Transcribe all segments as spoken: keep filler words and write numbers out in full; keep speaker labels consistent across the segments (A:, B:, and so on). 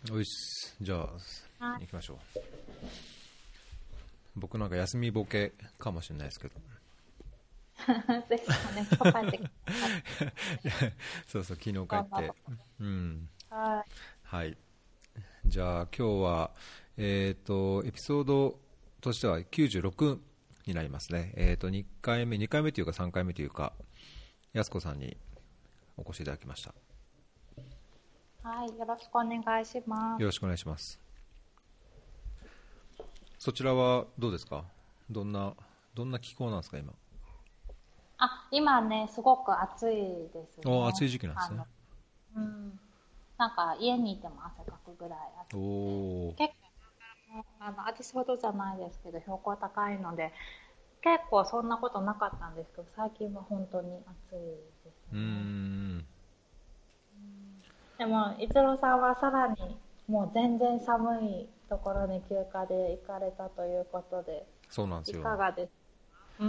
A: おいっす。じゃあ
B: はい。
A: 行きましょう。僕なんか休みボケかもしれないですけど
B: ですかね。今日帰ってきた。
A: そうそう、昨日帰っ
B: 頑張ろ
A: て、うん、
B: う。はい。
A: はい。じゃあ今日はえっ、とエピソードとしてはきゅうじゅうろくになりますね。えっ、とにかいめにかいめというかさんかいめというか、やすこさんにお越しいただきました。
B: はい。よろしくお願いします。
A: よろしくお願いします。そちらはどうですか？どんなどんな気候なんですか今？
B: あ、今ね、すごく暑いです
A: お、
B: ね。
A: 暑い時期なんですね。
B: あの、うん。なんか家にいても汗かくぐらい暑
A: お
B: く
A: お
B: て。結構、あの、私ほどじゃないですけど、標高高いので、結構そんなことなかったんですけど、最近は本当に暑いです
A: ー、うー
B: ね。
A: ん
B: でも、逸郎さんはさらにもう全然寒いところに休暇で行かれたということで、い
A: そうなんですよ。
B: かがですか？うん。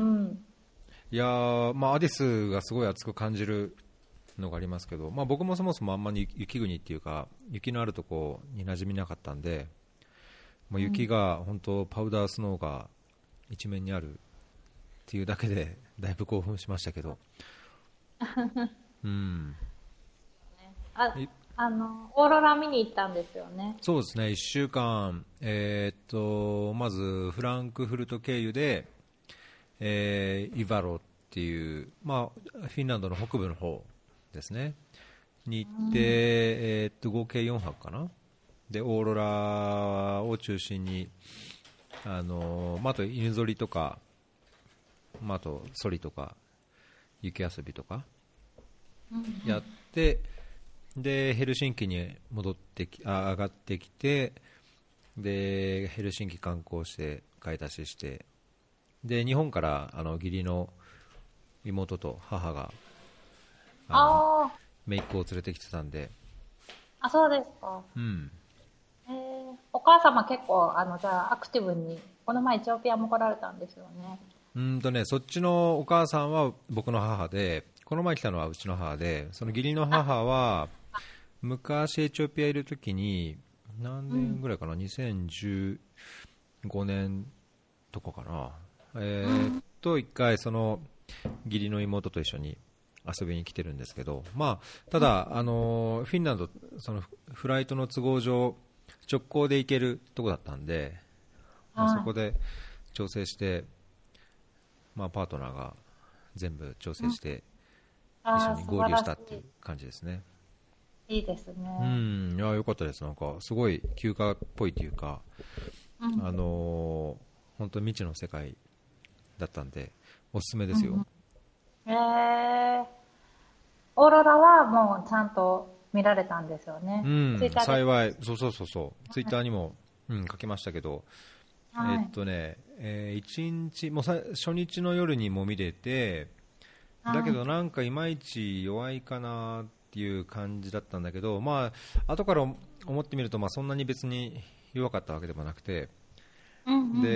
A: いやー、まあ、アディスがすごい暑く感じるのがありますけど、まあ、僕もそもそもあんまり雪国っていうか雪のあるとこに馴染みなかったんで、もう
B: うん。
A: 雪が本当パウダースノーが一面にあるっていうだけでだいぶ興奮しましたけど、うん、
B: あ、
A: い
B: あの、オーロラ見に行ったんですよね。
A: そうですね、いっしゅうかん、えーっとまずフランクフルト経由で、えーイバロっていう、まあ、フィンランドの北部の方ですねに行って、
B: うん。
A: えーっと合計よんはくかな。でオーロラを中心に、あのまあ、あと犬ぞりとか、まあ、あとソリとか雪遊びとか
B: うん。
A: やって、でヘルシンキに戻ってきあ上がってきて、でヘルシンキ観光して買い出しして、で日本からあの義理の妹と母があの
B: あ
A: 姪っ子を連れてきてたんで、
B: あ、あ、そうですか。
A: うん、
B: えー、お母様結構、あの、じゃあ、アクティブに、この前エチオピアも来られたんですよね。
A: うんとね、そっちのお母さんは僕の母で、この前来たのはうちの母で、その義理の
B: あ、
A: 母は昔エチオピアいるときに、何
B: うん。
A: 年ぐらいかな、にせんじゅうごねんとかかな、えーっ
B: うん。
A: と一回その義理の妹と一緒に遊びに来てるんですけど、まあ、ただ、あのフィンランド、そのフライトの都合上直行で行けるとこだったんで、まあ、そ
B: は
A: こで調整して、まあ、パートナーが全部調
B: い。うん。
A: 整して一緒
B: ああ、
A: に合
B: 素晴らし
A: 流したっていう感じですね。
B: い。いいです
A: う
B: ね。
A: ん、いや良かったです。なんかすごい休暇っぽいというか、
B: うん。
A: あのー本当に未知の世界だったんでおすすめですよ。
B: うん。えー、オーロラはもうちゃんと見られたんですよね。ツイ
A: うん、
B: ッターで。
A: 幸い、そうそうそうそう、ツイッターにも、うん、書きましたけど、えっ
B: はい。
A: とね、えー、いちにちもうさ初日の夜にも見れて、だけ
B: はい。
A: どなんかいまいち弱いかなっていう感じだったんだけど、まあ後から思ってみると、まあそんなに別に弱かったわけでもなくて、
B: うんうん。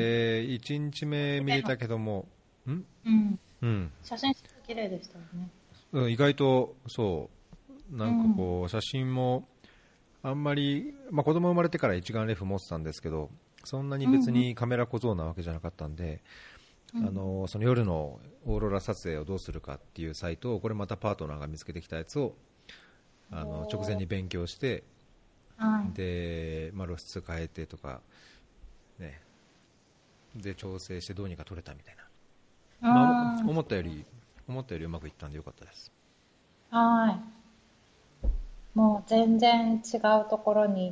A: でいちにちめ見れたけども、ん、
B: うん。
A: うん、
B: 写真すごい綺麗でしたよね。
A: うん、意外とそうなんか
B: うん。
A: こう写真もあんまり、まあ、子供生まれてから一眼レフ持ってたんですけど、そんなに別
B: うんうん。
A: にカメラ小僧なわけじゃなかったんで、
B: うん。
A: あのその夜のオーロラ撮影をどうするかっていうサイトを、これまたパートナーが見つけてきたやつをあの直前
B: おー。
A: に勉強して、
B: はい。
A: で、まあ、露出変えてとか、ね、で調整してどうにか撮れたみたい
B: う
A: な、まあ、
B: ーん。
A: 思ったより思ったよりうまくいったんでよかったです。
B: はい。もう全然違うところに行って、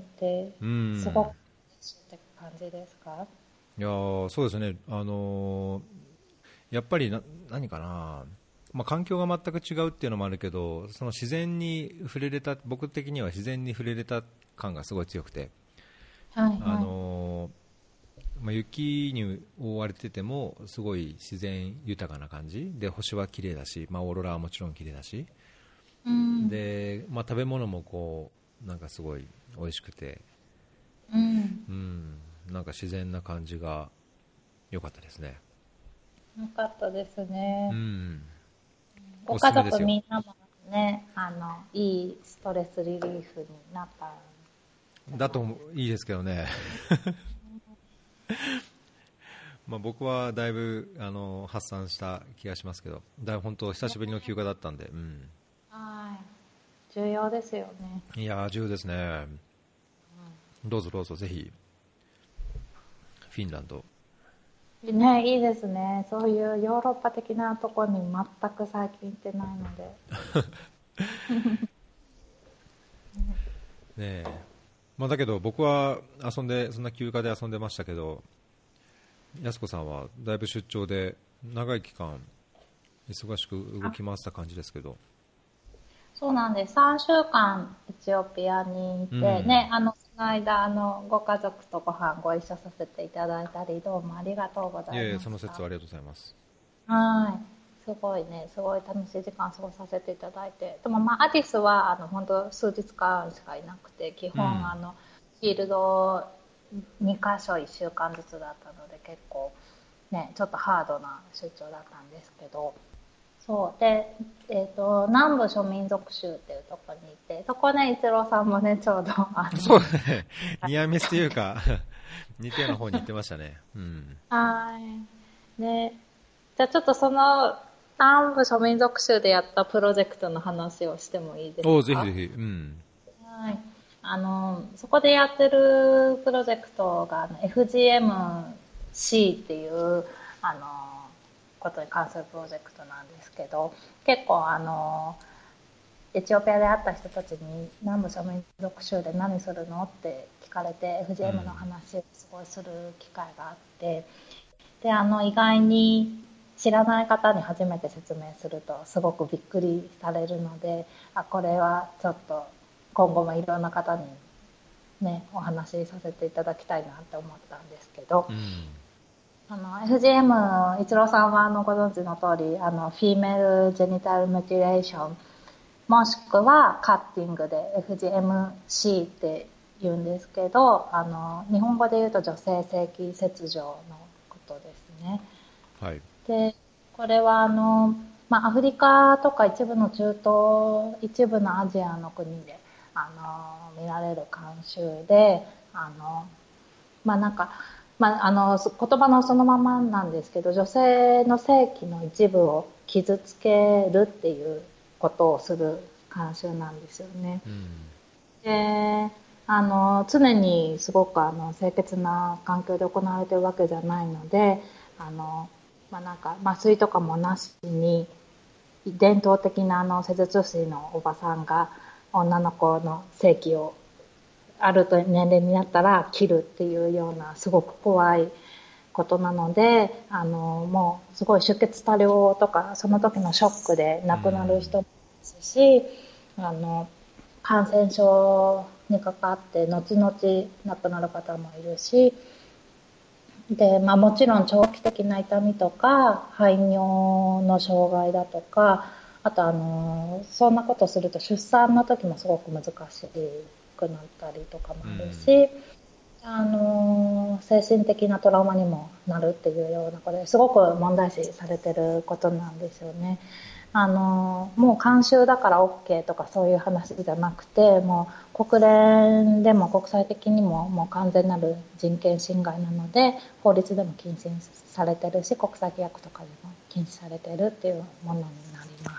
A: う
B: すごく
A: ん、
B: 嬉しいって感じですか？
A: いやーそうですね、あのーやっぱりな何かな、まあ、環境が全く違うっていうのもあるけど、その自然に触れれた、僕的には自然に触れれた感がすごい強くて、あ
B: はいはい。
A: のーまあ、雪に覆われててもすごい自然豊かな感じで、星は綺麗だし、まあ、オーロラはもちろん綺麗だし、
B: うん。
A: で、まあ、食べ物もこうなんかすごい美味しくて、
B: うん。
A: うん、なんか自然な感じが良かったですね。
B: よかったです
A: う
B: ね。
A: ん、おす
B: ご家族
A: すめですよ。
B: みんなもね、あの、いいストレスリリーフになった。
A: だといいですけどねまあ僕はだいぶあの発散した気がしますけど、だいぶ本当久しぶりの休暇だったんで、うん、
B: はい、重要ですよね。
A: いやー重要ですね、うん、どうぞどうぞぜひフィンランド
B: ね、いいですね。そういうヨーロッパ的なところに全く最近行ってないので
A: ねえ、まあ、だけど僕は遊んでそんな休暇で遊んでましたけど、安子さんはだいぶ出張で長い期間忙しく動き回した感じですけど。
B: そうなんです。さんしゅうかんエチオピアにいて、うん、ね、あの、その間、あの、ご家族とご飯ご一緒させていただいたり、どうもありがとうございます。
A: いやいや、その説はありがとうございます。
B: はい。すごいね、すごい楽しい時間過ごさせていただいて。でも、まあ、アディスは、あの、本当数日間しかいなくて、基本、うん、あの、フィールドにかしょいっしゅうかんずつだったので、結構、ね、ちょっとハードな出張だったんですけど、そう。で、えっ、ー、と、南部諸民族州っていうところにいて、そこね、一郎さんもね、ちょうど、あの、
A: そうね、ニアミスというか、似たような方に行ってましたね。うん。
B: はい。で、じゃあちょっとその、南部諸民族州でやったプロジェクトの話をしてもいいですか？
A: お、ぜひぜひ。うん。
B: はい。あの、そこでやってるプロジェクトが、エフジーエムシー っていう、あの、ことに関するプロジェクトなんですけど、結構あの、エチオピアで会った人たちに南部諸民族州で何するのって聞かれて エフジーエム の話をすごいする機会があって、で、あの意外に知らない方に初めて説明するとすごくびっくりされるので、あ、これはちょっと今後もいろんな方にね、お話しさせていただきたいなって思ったんですけど、うん、あの エフジーエム 一郎さんはあのご存知の通り、あのフィメールジェニタルミュティレーションもしくはカッティングで エフジーエムシー って言うんですけど、あの日本語で言うと女性性器切除のことですね。
A: はい。
B: で、これはあの、まあ、アフリカとか一部の中東、一部のアジアの国であの見られる慣習で、あのまあなんか。まあ、あの言葉のそのままなんですけど、女性の性器の一部を傷つけるっていうことをする慣習なんですよね。うん、で、あの常にすごくあの清潔な環境で行われているわけじゃないので、あの、まあ、なんか麻酔とかもなしに伝統的なあの施術師のおばさんが女の子の性器をあると年齢になったら切るっていうようなすごく怖いことなので、あのもうすごい出血多量とかその時のショックで亡くなる人もいますし、あの感染症にかかって後々亡くなる方もいるし、で、まあ、もちろん長期的な痛みとか排尿の障害だとか、あとあのそんなことすると出産の時もすごく難しいくなったりとかもあるし、うん、あの精神的なトラウマにもなるっていうようなことですごく問題視されてることなんですよね。あのもう慣習だから OK とかそういう話じゃなくて、もう国連でも国際的にももう完全なる人権侵害なので、法律でも禁止されてるし、国際規約とかでも禁止されてるっていうものになります。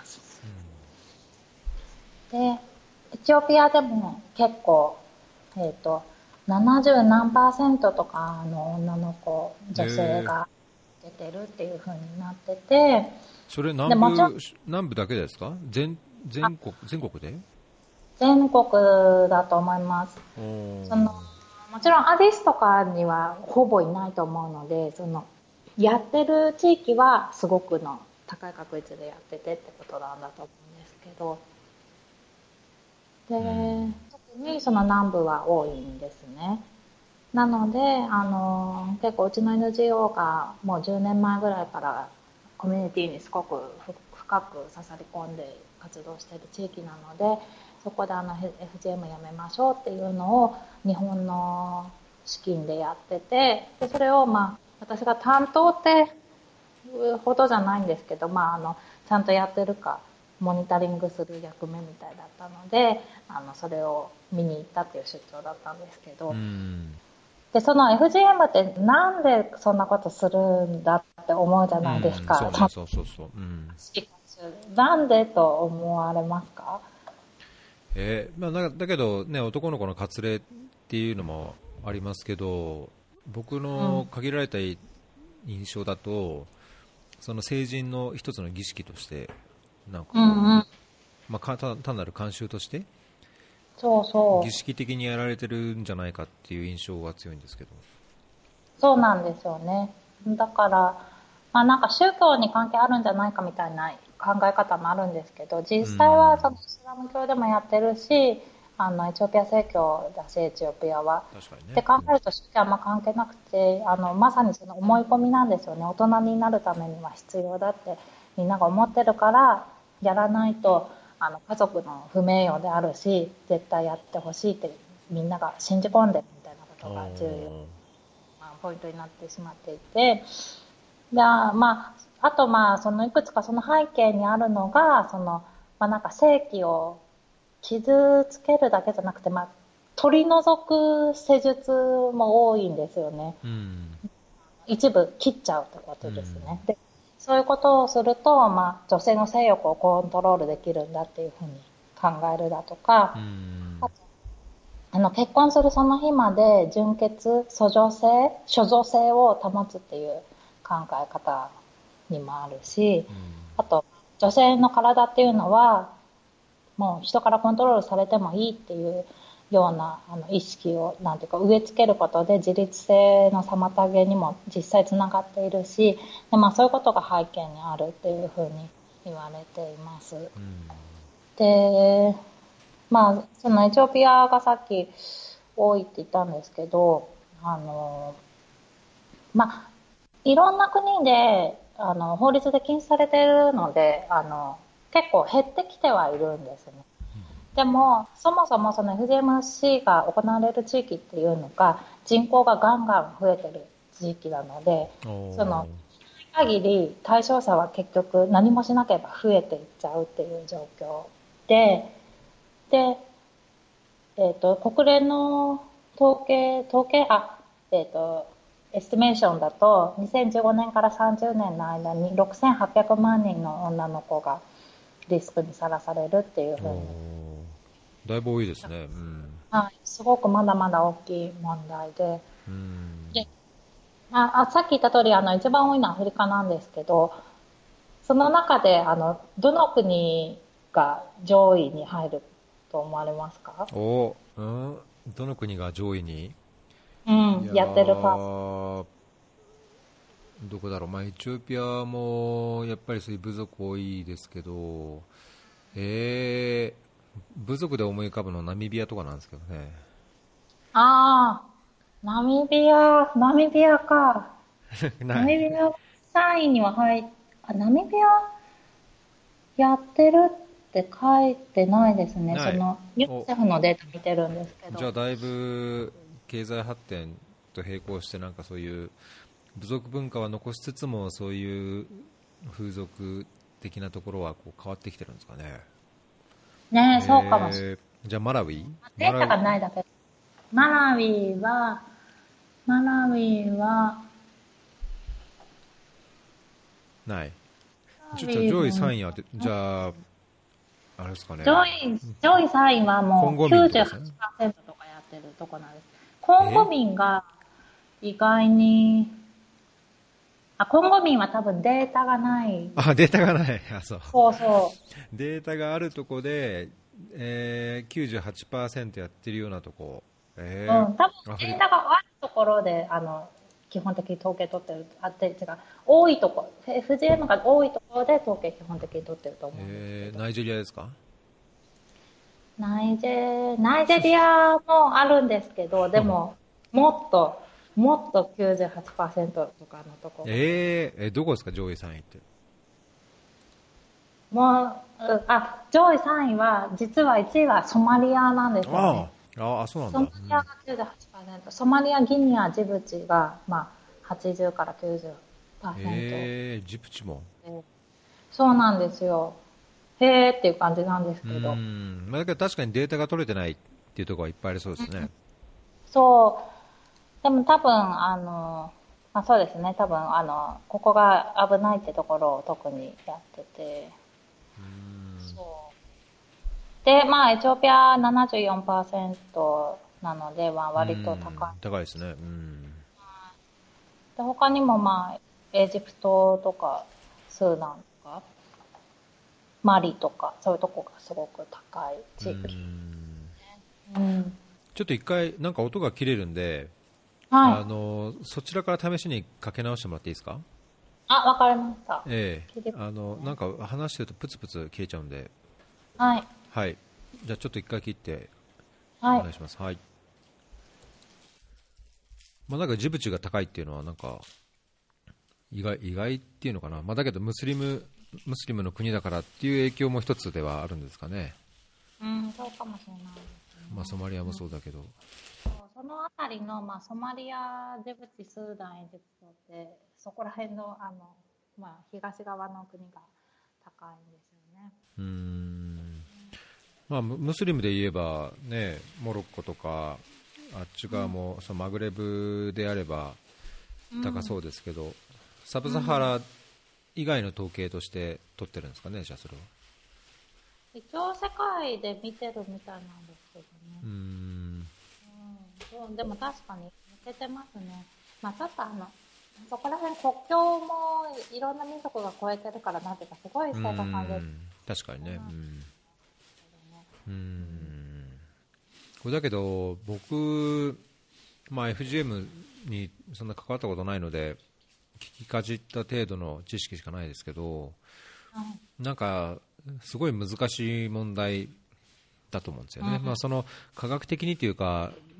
B: うん、でエチオピアでも結構、えーと、ななじゅうなんパーセントとかの女の子、女性が出てるっていう風になってて、
A: それ南部、南部だけですか？全、全国、全国で？
B: 全国だと思います。その、もちろんアディスとかにはほぼいないと思うので、その、やってる地域はすごくの高い確率でやっててってことなんだと思うんですけど、で、うん、特にその南部は多いんですね。なので、あの、結構うちの エヌジーオー がもうじゅうねんまえぐらいからコミュニティにすごく深く刺さり込んで活動している地域なので、そこであの エフジーエム やめましょうっていうのを日本の資金でやってて、でそれをまあ私が担当ってほどじゃないんですけど、まああのちゃんとやってるかモニタリングする役目みたいだったので、あのそれを見に行ったっていう出張だったんですけど、うん、でその エフジーエム ってなんでそんなことするんだって思うじゃないですか。
A: うん、そうそうそうそう、うん、
B: なんでと思われますか？
A: えーまあ、だ, だけど、ね、男の子の割礼っていうのもありますけど、僕の限られた印象だと、うん、その成人の一つの儀式としてなんかこう、うんうん、まあ、単なる慣習として
B: そうそう
A: 儀式的にやられてるんじゃないかっていう印象が強いんですけど。
B: そうなんですよね。だから、まあ、なんか宗教に関係あるんじゃないかみたいな考え方もあるんですけど、実際はそのイスラム教でもやってるし、あのエチオピア正教だし、エチオピアは。
A: 確かにね、
B: って考えると宗教はあんま関係なくて、あのまさにその思い込みなんですよね。大人になるためには必要だってみんなが思ってるから、やらないとあの家族の不名誉であるし、絶対やってほしいってみんなが信じ込んでるみたいなことが重要、まあ、ポイントになってしまっていて、で、まあ、あとまあそのいくつかその背景にあるのがその、まあ、なんか性器を傷つけるだけじゃなくて、まあ、取り除く施術も多いんですよね、うん、一部切っちゃうってことですね、うん、でそういうことをすると、まあ、女性の性欲をコントロールできるんだっていうふうに考えるだとか、うん、あとあの結婚するその日まで純潔、遡女性、処女性を保つっていう考え方にもあるし、うん、あと女性の体っていうのはもう人からコントロールされてもいいっていうようなあの意識をなんていうか植え付けることで自律性の妨げにも実際つながっているし、で、まあ、そういうことが背景にあるっていうふうに言われています、うん、で、まあ、そのエチオピアがさっき多いって言ったんですけど、あのまあいろんな国であの法律で禁止されているので、あの結構減ってきてはいるんですね。でもそもそもその エフジーエムシー が行われる地域っていうのが人口がガンガン増えてる地域なので、その限り対象者は結局何もしなければ増えていっちゃうっていう状況で、で、えーと、国連の統計統計あえっ、ー、とエスティメーションだとにせんじゅうごねんからさんじゅうねんの間にろくせんはっぴゃくまんにんの女の子がリスクにさらされるっていうふうに。
A: だいぶ多いですね、うん、
B: はい、すごくまだまだ大きい問題で、うん、でああさっき言った通りあの一番多いのはアフリカなんですけど、その中であのどの国が上位に入ると思われますか？
A: お、うん、どの国が上位に、
B: うん、やってるか。
A: どこだろう、まあ、エチオピアもやっぱりそういう部族多いですけど、えー、部族で思い浮かぶのはナミビアとかなんですけどね。
B: ああ、ナミビア、ナミビアか。ナミビアさんいには入っ、あ、ナミビアやってるって書いてないですね。そのユニセフのデータ見てるんですけど。
A: じゃあだいぶ経済発展と並行してなんかそういう部族文化は残しつつもそういう風俗的なところはこう変わってきてるんですかね。
B: ねえ、そうかもしれない。
A: じゃあマラウィ？
B: データがないだけ。マラウィは、マラウィは、
A: ない。じゃあ上位さんいは、じゃあ、あれですかね。
B: 上位、上位さんいはもうきゅうじゅうはちパーセントとかやってるとこなんです。コンゴ民が意外に、あ、コンゴ民は多分データがない。
A: あ、データがない。あ、そう。
B: そうそう。
A: データがあるとこで、えー、きゅうじゅうはちパーセントやってるようなとこ。えー、
B: うん、多分データがあるところで、あの、基本的に統計取ってる、あって、違う、多いところ、エフジーエム が多いところで統計基本的に取ってると思うんですけど。
A: えー、ナイジェリアですか？
B: ナイジェ、ナイジェリアもあるんですけど、でも、もっと、もっと きゅうじゅうはちパーセント とかのところ。
A: えー、え、どこですか上位さんいって。
B: もう、あ、上位さんいは、実はいちいはソマリアなんですよね。
A: ああ、そうなんだ。
B: ソマリアが きゅうじゅうはちパーセント、ソマリア、ギニア、ジブチが、まあ、はちじゅうからきゅうじゅっパーセント。
A: えー、ジブチも。
B: そうなんですよ。 へーっていう感じなんです
A: う
B: けど。
A: ん、まあ、だけど確かにデータが取れてないっていうところはいっぱいありそうですね。
B: そう。でも多分、あの、まあ、そうですね。多分、あの、ここが危ないってところを特にやってて。
A: うん、
B: そう。で、まあ、エチオピアななじゅうよんパーセントなので、まあ、
A: う
B: 割と高い。
A: ん、高いですね。うん、
B: で、他にもまあ、エジプトとか、スーダンとか、マリとか、そういうとこがすごく高い
A: う
B: 地域。
A: ん。
B: うん。
A: ちょっと一回なんか音が切れるんで、
B: はい。
A: あのそちらから試しにかけ直してもらっていいですか？
B: あ、わかりました。
A: ええ、
B: 切ります
A: あのなん
B: ね。
A: か話してるとプツプツ切れちゃうんで、
B: はい。
A: はい、じゃあちょっと一回切って
B: はい。
A: お願いします。はい。まあ、なんかジブチが高いっていうのはなんか意外意外っていうのかな、まあ、だけどムスリムムスリムの国だからっていう影響も一つではあるんですかね。
B: うん、そうかもしれないです
A: まあ、ソマリアも
B: ね。
A: そうだけど。
B: そうそのあたりの、まあ、ソマリア、ジブチ、スーダン、エジプトって、そこら辺の、あの、まあ、東側の国が高いんですよね。
A: うーん、まあ、ムムスリムで言えば、ね、モロッコとかあっち側もそのマグレブであれば
B: うん。
A: 高そうですけど、サブ
B: うん。
A: サハラ以外の統計として取ってるんですかね、じゃあそれは。
B: 一応世界で見てるみたいなんですけどね。
A: うーん、
B: うん。そうでも確かに抜けてますね。まあちょっとあの、そこら辺国境もいろんな民族が越えてるから、なんていうかすごい
A: うー
B: 生活感じです
A: ん、確かにね。うん、
B: けどね。
A: うー
B: うん。
A: ん、これだけど僕、まあ、エフジーエム にそんな関わったことないので聞きかじった程度の知識しかないですけど、
B: はい。
A: なんかすごい難しい問題だと思うんですよね。まあ、
B: うん。
A: その科学的にというか、うん、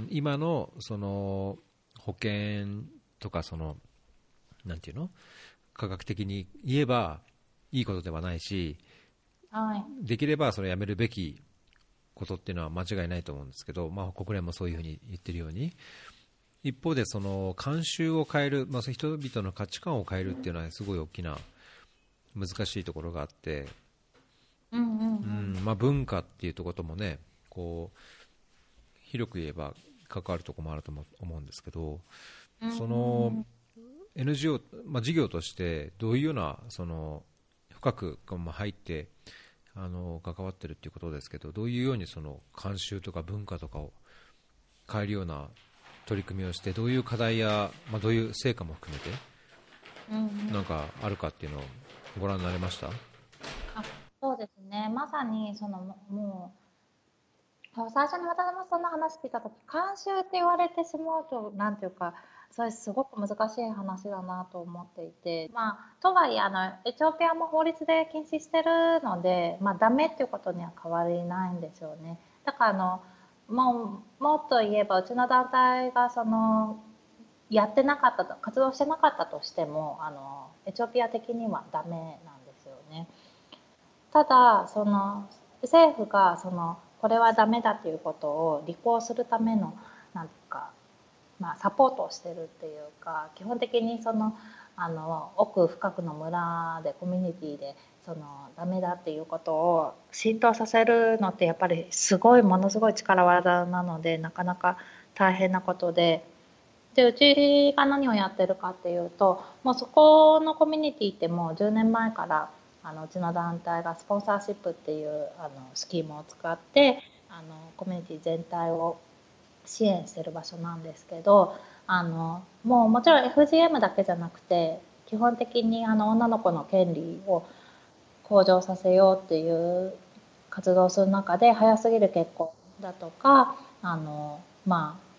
A: 今のその保険とかそのなんていうの、科学的に言えばいいことではないし、
B: はい。
A: できればそれやめるべきことっていうのは間違いないと思うんですけど、まあ、国連もそういうふうに言ってるように、一方でその慣習を変える、まあ、人々の価値観を変えるっていうのはすごい大きな難しいところがあって、
B: うんうん
A: う
B: うん。
A: ん、まあ、文化っていうところともね、こう広く言えば関わるところもあると思思うんですけど、
B: うんう
A: その
B: んうん。
A: エヌジーオー、まあ、事業としてどういうようなその深くまあ入ってあの関わってるっていうことですけど、どういうようにその慣習とか文化とかを変えるような取り組みをして、どういう課題や、まあ、どういう成果も含めて
B: うんうん。
A: なんかあるかっていうのをご覧になれました？
B: あ、そうですね。まさに、その、ももう、そう最初に私もそんな話聞いたとき、慣習って言われてしまうと、なんていうか、それすごく難しい話だなと思っていて、まあ、とはいえ、あの、エチオピアも法律で禁止してるので、まあ、ダメっていうことには変わりないんですよね。だから、あの、もう、もっと言えば、うちの団体が、その、やってなかったと、活動してなかったとしても、あの、エチオピア的にはダメなんですよね。ただ、その、政府が、その、これはダメだということを履行するための、なんか、まあ、サポートをしてるっていうか、基本的にその、あの、奥深くの村で、コミュニティで、その、ダメだっていうことを浸透させるのって、やっぱりすごい、ものすごい力技なので、なかなか大変なことで、で、うちが何をやってるかっていうと、もうそこのコミュニティってもうじゅうねんまえから、あの、うちの団体がスポンサーシップっていう、あの、スキームを使って、あの、コミュニティ全体を支援してる場所なんですけど、あの、もうもちろん エフジーエム だけじゃなくて、基本的にあの女の子の権利を向上させようっていう活動をする中で、早すぎる結婚だとか、あの、まあ、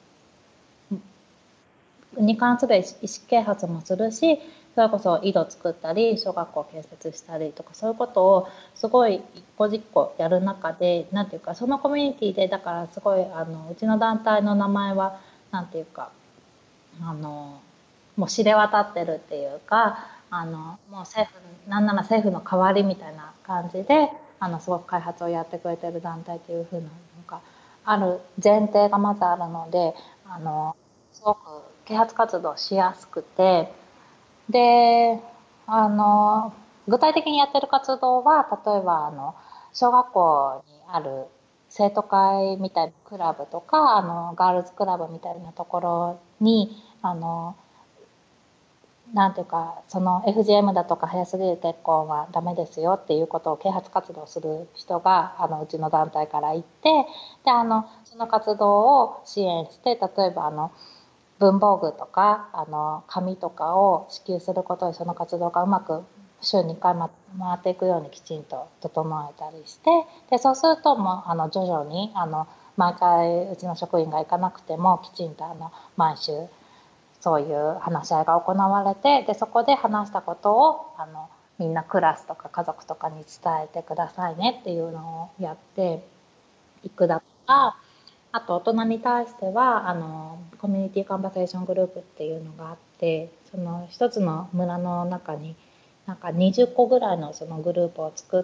B: に関する意思啓発もするし、それこそ井戸作ったり小学校を建設したりとか、そういうことをすごい一個一個やる中で、なんていうか、そのコミュニティで、だからすごいあのうちの団体の名前はなんていうか、あのもう知れ渡ってるっていうか、あのもう政府、なんなら政府の代わりみたいな感じで、あのすごく開発をやってくれてる団体っていう風なのがある前提がまずあるので、あのすごく啓発活動しやすくて、で、あの具体的にやってる活動は、例えばあの小学校にある生徒会みたいなクラブとか、あのガールズクラブみたいなところに、あのなんていうか、その エフジーエム だとか早すぎる結婚はダメですよっていうことを啓発活動する人があのうちの団体から言って、であのその活動を支援して、例えばあの文房具とかあの紙とかを支給することで、その活動がうまく週にかい回っていくようにきちんと整えたりして、でそうするともうあの徐々にあの毎回うちの職員が行かなくてもきちんとあの毎週そういう話し合いが行われて、でそこで話したことをあのみんなクラスとか家族とかに伝えてくださいねっていうのをやっていくだとか、あと大人に対してはあのコミュニティカンバセーショングループっていうのがあって、その一つの村の中になんかにじゅっこぐらいのそのグループを作って、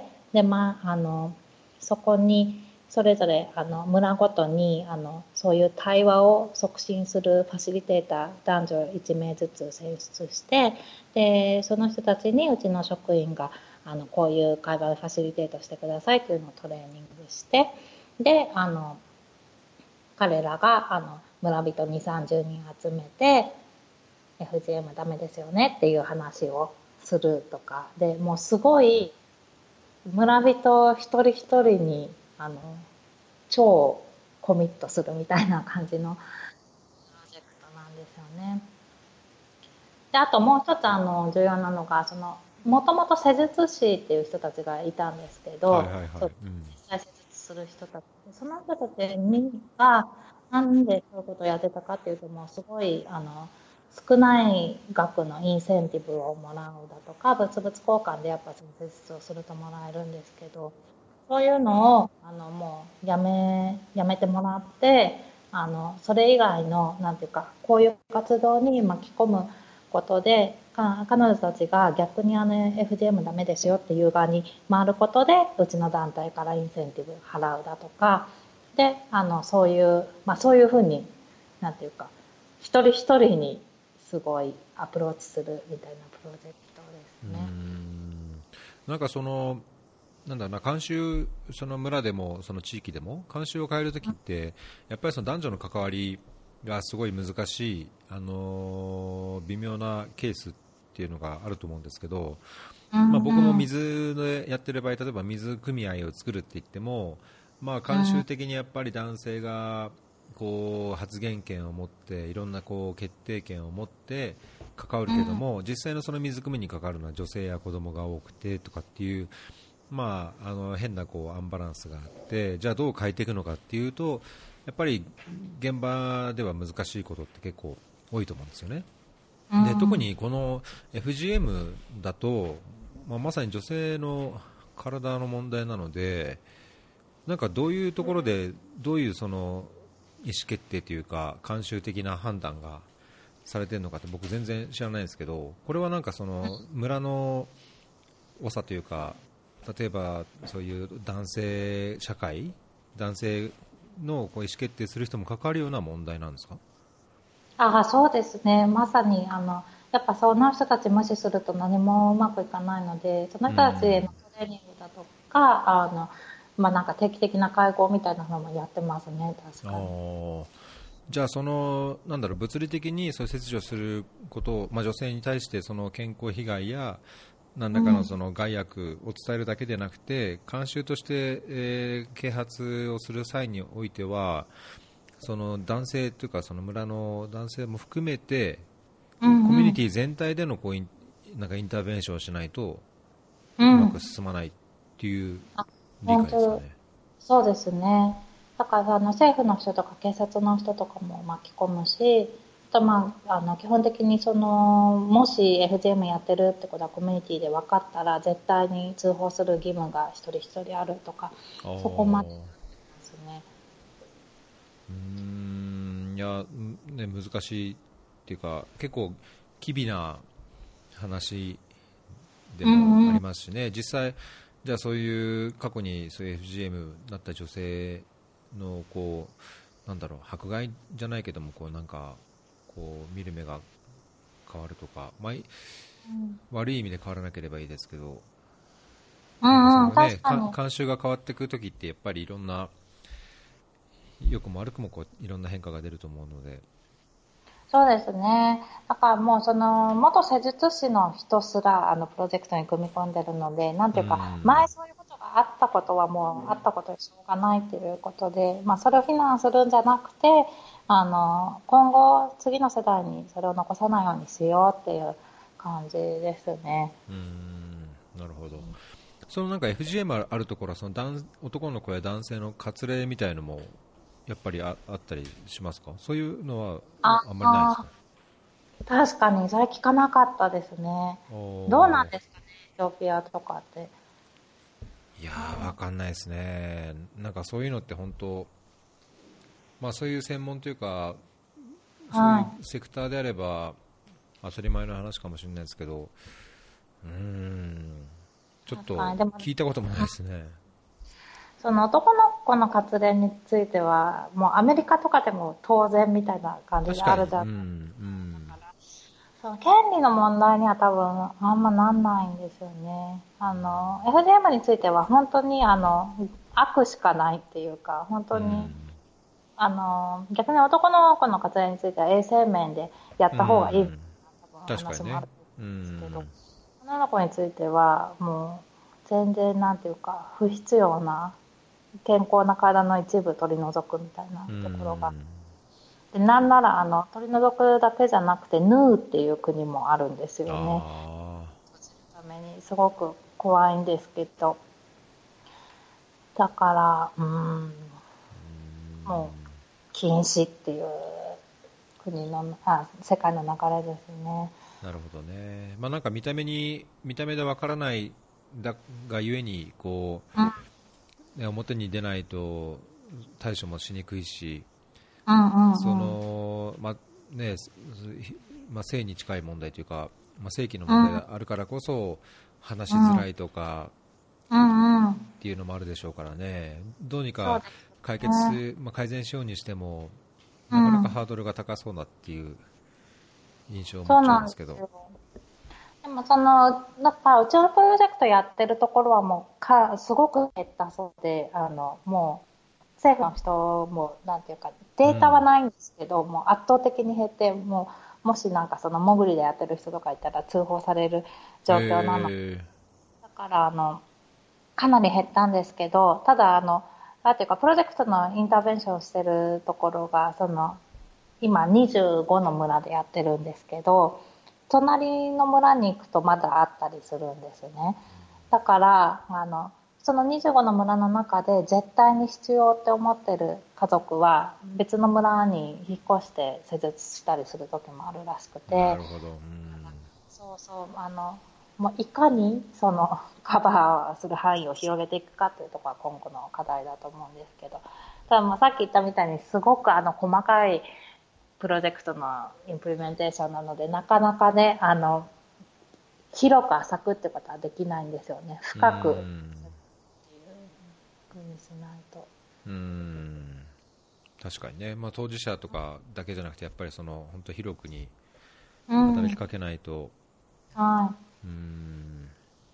B: で、まあ、あのそこにそれぞれあの村ごとにあのそういう対話を促進するファシリテーター男女いちめいずつ選出して、でその人たちにうちの職員があのこういう会話をファシリテートしてくださいっていうのをトレーニングして、であの彼らがあの村人にじゅう、さんじゅうにん集めて エフジーエム ダメですよねっていう話をするとかで、もうすごい村人一人一人にあの超コミットするみたいな感じのプロジェクトなんですよね。であともう一つあの重要なのが、そのもともと施術師っていう人たちがいたんですけど、
A: はいはいはい、
B: そう
A: うん、
B: 実際施術する人たち、その人たちにがなんでそういうことをやってたかっていうと、もうすごいあの少ない額のインセンティブをもらうだとか、物々交換でやっぱその施術をするともらえるんですけど、そういうのをあのもうやめやめてもらって、あのそれ以外のなんていうか、こういう活動に巻き込むことで、か彼女たちが逆にあの エフジーエム ダメですよっていう側に回ることで、うちの団体からインセンティブ払うだとかで、あのそういう、まあ、そういうふうになんていうか、一人一人にすごいアプローチするみたいなプロジェクトですね。
A: うーん、なんかそのなんだろうな、慣習、その村でもその地域でも慣習を変えるときってやっぱりその男女の関わりがすごい難しい、あのー微妙なケースっていうのがあると思うんですけど、まあ、僕も水でやってる場合、例えば水組合を作るって言っても、まあ、慣習的にやっぱり男性がこう発言権を持っていろんなこう決定権を持って関わるけども、実際のその水汲みに関わるのは女性や子供が多くてとかっていう、まあ、あの変なこうアンバランスがあって、じゃあどう変えていくのかっていうと、やっぱり現場では難しいことって結構多いと思うんですよね。で特にこの エフジーエム だと、まあ、まさに女性の体の問題なので、なんかどういうところでどういうその意思決定というか慣習的な判断がされているのかって僕全然知らないんですけど、これはなんかその村の長というか、例えばそういう男性社会、男性のこう意思決定する人も関わるような問題なんですか？
B: ああ、そうですね。まさに、あの、やっぱその人たち無視すると何もうまくいかないので、その
A: う
B: 人たちへの
A: ん、
B: トレーニングだとか、あの、まあ、なんか定期的な会合みたいなのもやってますね、確かに。
A: あじゃあそのなんだろう、物理的にそういう切除することを、まあ、女性に対してその健康被害や何らかのその害悪を伝えるだけでなくて、慣習として、えー啓発をする際においては、その男性というかその村の男性も含めてコミュニティ全体でのこうインなんかインターベンションをしないと
B: うん。
A: うまく進まないっていう
B: あ、
A: 理
B: 本当、
A: 解ですかね。
B: そうですね。だからあの政府の人とか警察の人とかも巻き込むし、あとまあ、あの基本的にそのもし エフジーエム やってるってことはコミュニティで分かったら絶対に通報する義務が一人一人あるとか、
A: あー
B: そこまでですね。
A: うーんいや、ね、難しいっていうか結構機微な話でもありますしね、実際、じゃあそういう過去にそういう エフジーエム になった女性のこうなんだろう、迫害じゃないけどもこうなんかこう見る目が変わるとか、まあ、 悪い意味で変わらなければいいですけど、
B: うんうん、
A: なんかそのね、
B: 確かに。
A: 慣習が変わっていくときってやっぱりいろんな良くも悪くもこういろんな変化が出ると思うので。
B: そうですね。だからもうその、元施術師の人すら、あの、プロジェクトに組み込んでるので、なん
A: う
B: ていうか、
A: ん、
B: 前そういうことがあったことはもう、あったことでしょうがないっていうことで、まあ、それを非難するんじゃなくて、あの、今後、次の世代にそれを残さないようにしようっていう感じですね。
A: うん、なるほど。そのなんか エフジーエム あるところはその男男の子や男性の割礼みたいのもやっぱり あ, あったりしますか？そういうのは
B: あ
A: あんまりないですか？
B: あ、確かに、それ聞かなかったですね。どうなん
A: お
B: ですかね、エチオピアとかって。
A: いやー、わかんないですね。なんかそういうのって本当、まあそういう専門というかそういう
B: はい。
A: セクターであれば当たり前の話かもしれないですけど、うーん、ちょっ
B: 確かに。
A: と
B: でも、
A: 聞いたこともないですね。
B: その男の子の活練については、もうアメリカとかでも当然みたいな感じで
A: 確かに、うん、う
B: あるじゃん。
A: ん、
B: その権利の問題には多分あんまなんないんですよね。あの、エフジーエム については本当にあの、悪しかないっていうか、本
A: う
B: 当に、
A: ん、
B: あの、逆に男の子の活練については衛生面でやっ
A: う
B: た方がいい
A: ん、
B: 多分
A: 確かにね、
B: 話もあると
A: う
B: 思うんですけど、
A: ん、
B: 女の子についてはもう全然なんていうか不必要な健康な体の一部取り除くみたいな
A: う
B: ところが。
A: ん、
B: で、なんなら、あの、取り除くだけじゃなくて、ヌーっていう国もあるんですよね。
A: あ
B: ために、すごく怖いんですけど。だから、うん、
A: ー、う
B: もう、
A: ん、
B: 禁止っていう国の、あ、世界の流れですね。
A: なるほどね。まあなんか見た目に見た目でわからないだがゆえにこ
B: うん、
A: う、ね、表に出ないと対処もしにくいし、
B: うん、う
A: そ
B: ん、うん。
A: のまあね、まあ、性に近い問題というか、まあ、性器の
B: うん、
A: 問題があるからこそ話し
B: うん、
A: づらいとか
B: うん、うん。
A: っていうのもあるでしょうからね。どうにか
B: そうです
A: 解
B: ね。
A: 決、まあ、改善しようにしてもなかなか
B: うん。
A: ハードルが高そうなっていう印象を持っ
B: そう
A: ちゃいますけど。
B: なんですよ。でもその、だからうちのプロジェクトやってるところはもうか、すごく減ったそうで、あの、もう政府の人も、なんていうか、データは
A: うん、
B: ないんですけど、もう圧倒的に減って、もう、もしなんかその潜りでやってる人とかいたら通報される状況なの。
A: え
B: だからあの、かなり減ったんですけど、ただあの、なんていうか、プロジェクトのインターベンションしてるところが、その、今にじゅうごの村でやってるんですけど、隣の村に行くとまだあったりするんですね。だから、あの、そのにじゅうごの村の中で絶対に必要って思ってる家族は別の村に引っ越して施術したりする時もあるらしく
A: ー、な
B: て、
A: るほど、うん、
B: そうそう、あの、もういかにそのカバーする範囲を広げていくかというところが今後の課題だと思うんですけど、ただもうさっき言ったみたいにすごくあの細かいプロジェクトのインプリメンテーションなので、なかなかね、あの、広く浅くってことはできないんですよね。
A: う
B: 深くっていう
A: ん、
B: ふうにしないと。
A: うん、確かにね、まあ、当事者とかだけじゃなくてやっぱりその本当広くに
B: うん。
A: 働きかけないと。
B: はい。
A: うーん、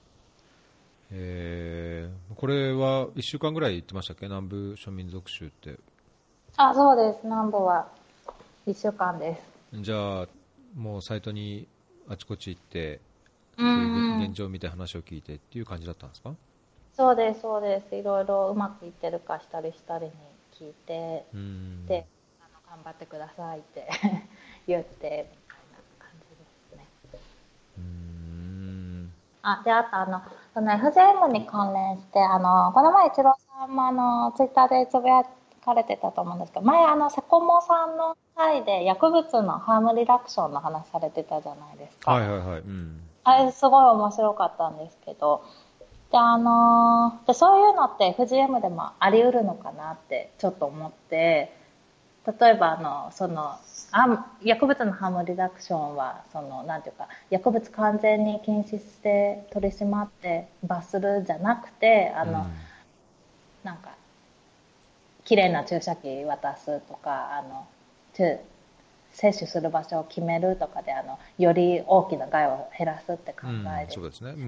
A: えー、これはいっしゅうかんぐらい行ってましたっけ、南部諸民族州って。
B: あ、そうです。南部はいっしゅうかんです。
A: じゃあもうサイトにあちこち行って
B: う
A: そういう
B: んうん。
A: 現状を見て話を聞いてっていう感じだったんですか？
B: そうです、そうです。いろいろうまくいってるかしたりしたりに聞いて、
A: うーん、
B: で、あの、頑張ってくださいって言って、みたいな感じですね。
A: うーん、
B: あ、で、あとあの、その エフジェーエム に関連して、あの、この前、一郎さんもあの、ツイッターでつぶやかれてたと思うんですけど、前、あの、セコモさんの回で薬物のハームリダクションの話されてたじゃないですか。
A: はいはいはい、うん、
B: あれ、すごい面白かったんですけど、で、あので、そういうのって エフジーエム でもあり得るのかなってちょっと思って、例えばあの、その、あ薬物のハームリダクションは、その、なんていうか、薬物完全に禁止して取り締まって罰するじゃなくて、あの、
A: うん、
B: なんか、綺麗な注射器渡すとか、あの、 接種する場所を決めるとかであのより大きな害を減らすって考えで、
A: うん、そうですね、うんうん、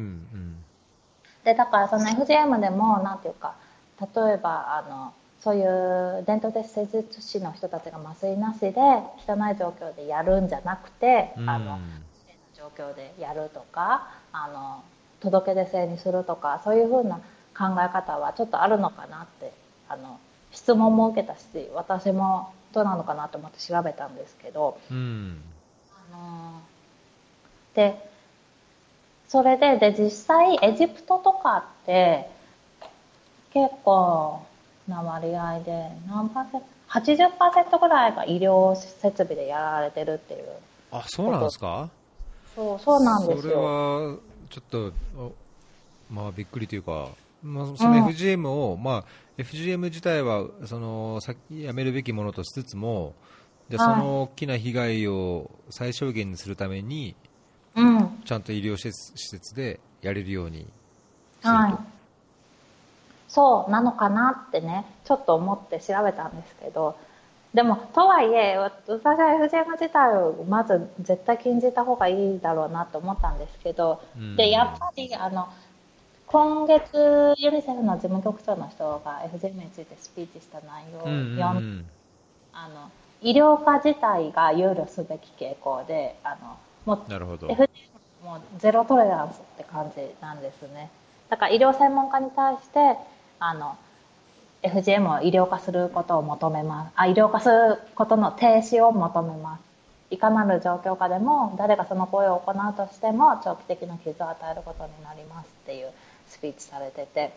B: でだからその エフジーエム でもなんていうか、例えばあのそういう伝統的施術師の人たちが麻酔なしで汚い状況でやるんじゃなくて、
A: うん、
B: あの状況でやるとか、あの届け出制にするとか、そういうふうな考え方はちょっとあるのかなって、あの質問も受けたし、私もどうなのかなと思って調べたんですけど、
A: うん、
B: あのでそれでで実際エジプトとかって結構な割合で何パーセント ?はちじゅっパーセント ぐらいが医療設備でやられてるっていう。
A: あ、そうなんですか。
B: そう、そうなんですよ。
A: それはちょっと、まあ、びっくりというか、まあ、その エフジーエム を、うん、まあ、エフジーエム 自体はそのやめるべきものとしつつも、でその大きな被害を最小限にするために、うん、ちゃんと医療施設でやれるようにすると、はい、
B: そうなのかなってね、ちょっと思って調べたんですけど、でもとはいえ私は エフジーエム 自体をまず絶対禁じた方がいいだろうなと思ったんですけど、うん、でやっぱりあの今月ユニセフの事務局長の人が エフジーエム についてスピーチした内容を読んで、うんうんうん、あの医療化自体が憂慮すべき傾向で、あのもう エフジーエム もゼロトレランスって感じなんですね。だから医療専門家に対してあの エフジーエム を医療化することを求めます。あ、医療化することの停止を求めます。いかなる状況下でも誰がその行為を行うとしても長期的な傷を与えることになりますっていうスピーチされてて、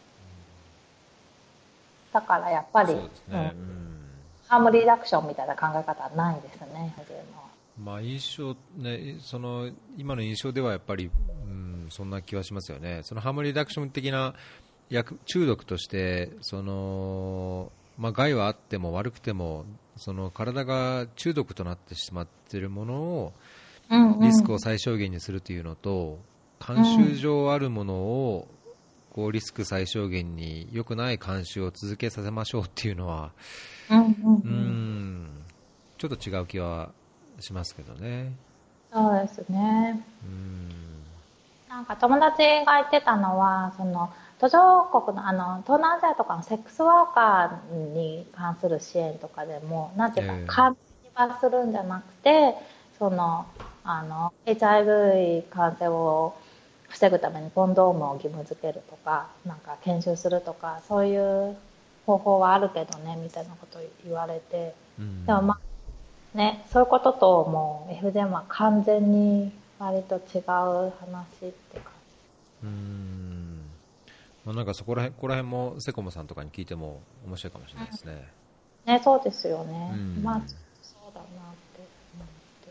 B: だからやっぱり、そうですね、うん、ハームリダクションみたいな考え方はないですね、エフジーエム は。
A: まあ、印象ね、その今の印象ではやっぱり、うん、そんな気はしますよね。そのハームリダクション的な薬中毒としてその、まあ、害はあっても悪くてもその体が中毒となってしまっているものを、うんうん、リスクを最小限にするというのと、慣習上あるものをこうリスク最小限に良くない慣習を続けさせましょうっていうのは、うんうんうん、うーんちょっと違う気はしますけどね。
B: そうですね。うん、なんか友達が言ってたのは、その途上国のあの東南アジアとかのセックスワーカーに関する支援とかでも、なんていうか、簡単にするんじゃなくて、そのあの エイチアイブイ 感染を防ぐためにコンドームを義務付けるとか、なんか研修するとか、そういう方法はあるけどねみたいなことを言われて、うん、でもまあね、そういうことともう エフジーエム は完全に割と違う話って感じ。うー
A: ん、まあ、なんかそこら辺、ここら辺もセコムさんとかに聞いても面白いかもしれないですね。
B: うん、ね、そうですよね。うん、まあそうだなって思って。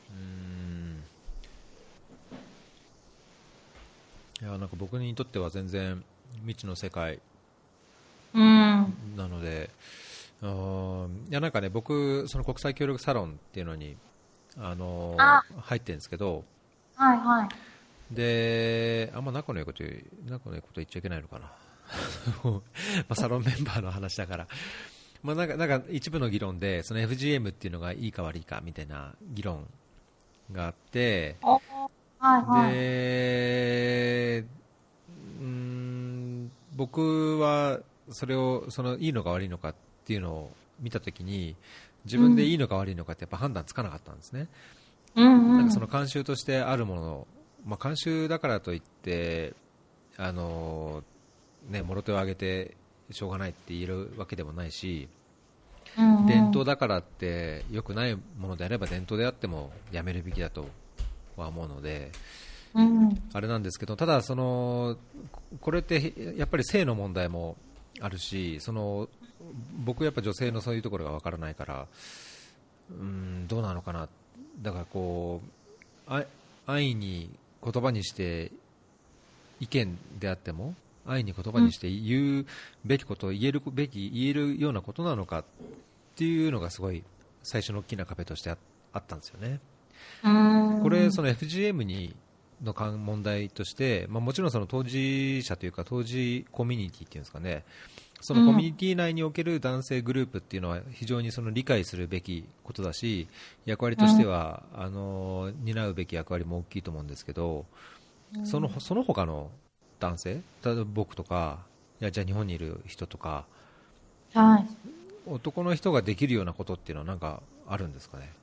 B: うーん、
A: いや、なんか僕にとっては全然未知の世界なので、うん、あいやなんかね、僕その国際協力サロンっていうのにあのあ入ってるんですけど、
B: はいはい、
A: であんま仲のいいこと仲のいいこと言っちゃいけないのかなまあサロンメンバーの話だから、まあ、なんかなんか一部の議論でその エフジーエム っていうのがいいか悪いかみたいな議論があって、はいはい、でうーん僕はそれをそのいいのか悪いのかっていうのを見たときに自分でいいのか悪いのかってやっぱ判断つかなかったんですね、うんうん、なんかその慣習としてあるもの、まあ、慣習だからといってあの、ね、もろ手を挙げてしょうがないって言えるわけでもないし、うんうん、伝統だからって良くないものであれば伝統であってもやめるべきだとは思うので、うん、あれなんですけど、ただそのこれってやっぱり性の問題もあるし、その僕やっぱ女性のそういうところがわからないから、うーんどうなのかな、だからこうあ安易に言葉にして意見であっても安易に言葉にして言うべきこと、言えるべき言えるようなことなのかっていうのがすごい最初の大きな壁として あ, あったんですよね。これその エフジーエム にの問題として、まあ、もちろんその当事者というか当事コミュニティっていうんですかね、 そのコミュニティ内における男性グループっていうのは非常にその理解するべきことだし、役割としては、うん、あの担うべき役割も大きいと思うんですけど、うん、そのその他の男性、例えば僕とか、いやじゃあ日本にいる人とか、
B: はい、
A: 男の人ができるようなことっていうのは何かあるんですかね。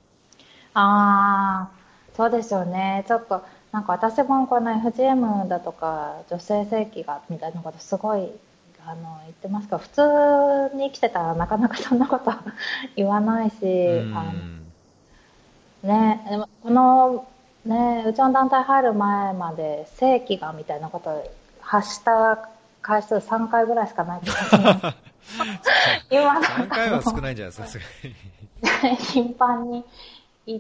B: ああ、そうですよね。ちょっとなんか私もこの エフジーエム だとか女性正規がみたいなことすごいあの言ってますけど、普通に生きてたらなかなかそんなこと言わないし、あのね、でもこのね、うちの団体入る前まで正規がみたいなことを発した回数さんかいぐらいしかない気がする。
A: 今ださんかいは少ないんじゃないですか、さすがに。
B: 頻繁に言って、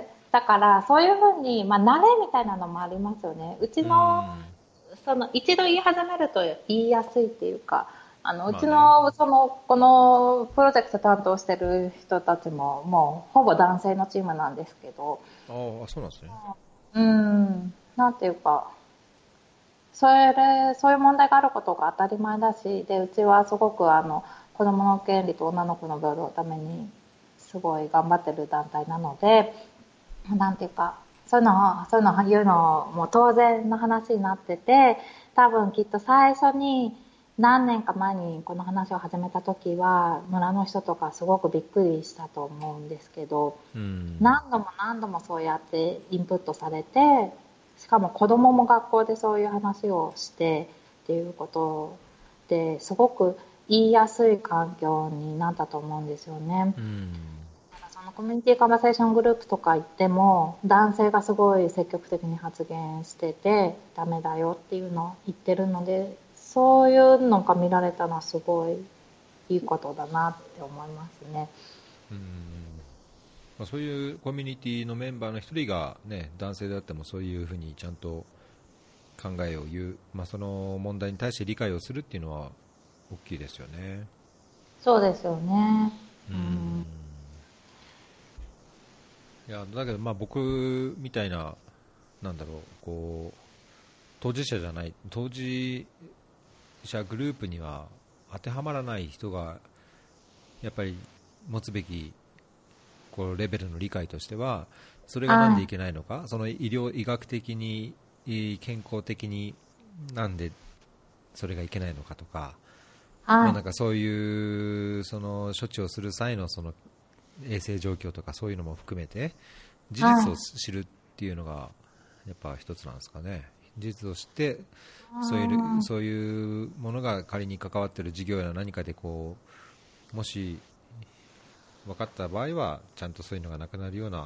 B: だからそういうふうに、まあ、慣れみたいなのもありますよね。うちの、その一度言い始めると言いやすいっていうか、あのうちのそのこのプロジェクト担当してる人たちももうほぼ男性のチームなんですけど、
A: ああ、そうなんですね。
B: うん、なんていうか、それそういう問題があることが当たり前だし、でうちはすごくあの子どもの権利と女の子の平等のためにすごい頑張ってる団体なので、なんていうか、そういうのをそういうのを言うのも当然の話になってて、多分きっと最初に何年か前にこの話を始めた時は村の人とかすごくびっくりしたと思うんですけど、うん、何度も何度もそうやってインプットされて、しかも子供も学校でそういう話をしてっていうことですごく言いやすい環境になったと思うんですよね。うん、そのコミュニティカンバセーショングループとか行っても男性がすごい積極的に発言しててダメだよっていうのを言ってるので、そういうのが見られたのはすごいいいことだなって思いますね。
A: うん、まあ、そういうコミュニティのメンバーの一人が、ね、男性であってもそういうふうにちゃんと考えを言う、まあ、その問題に対して理解をするっていうのは大きいですよね。
B: そうですよね。
A: うん、いやだけどまあ僕みたいな、なんだろう、こう当事者じゃない当事者グループには当てはまらない人がやっぱり持つべきこうレベルの理解としては、それがなんでいけないのか、その医療医学的に健康的になんでそれがいけないのかとか、まあ、なんかそういうその処置をする際のその衛生状況とかそういうのも含めて事実を知るっていうのがやっぱ一つなんですかね。事実を知ってそういう、そういうものが仮に関わっている事業や何かでこうもし分かった場合はちゃんとそういうのがなくなるような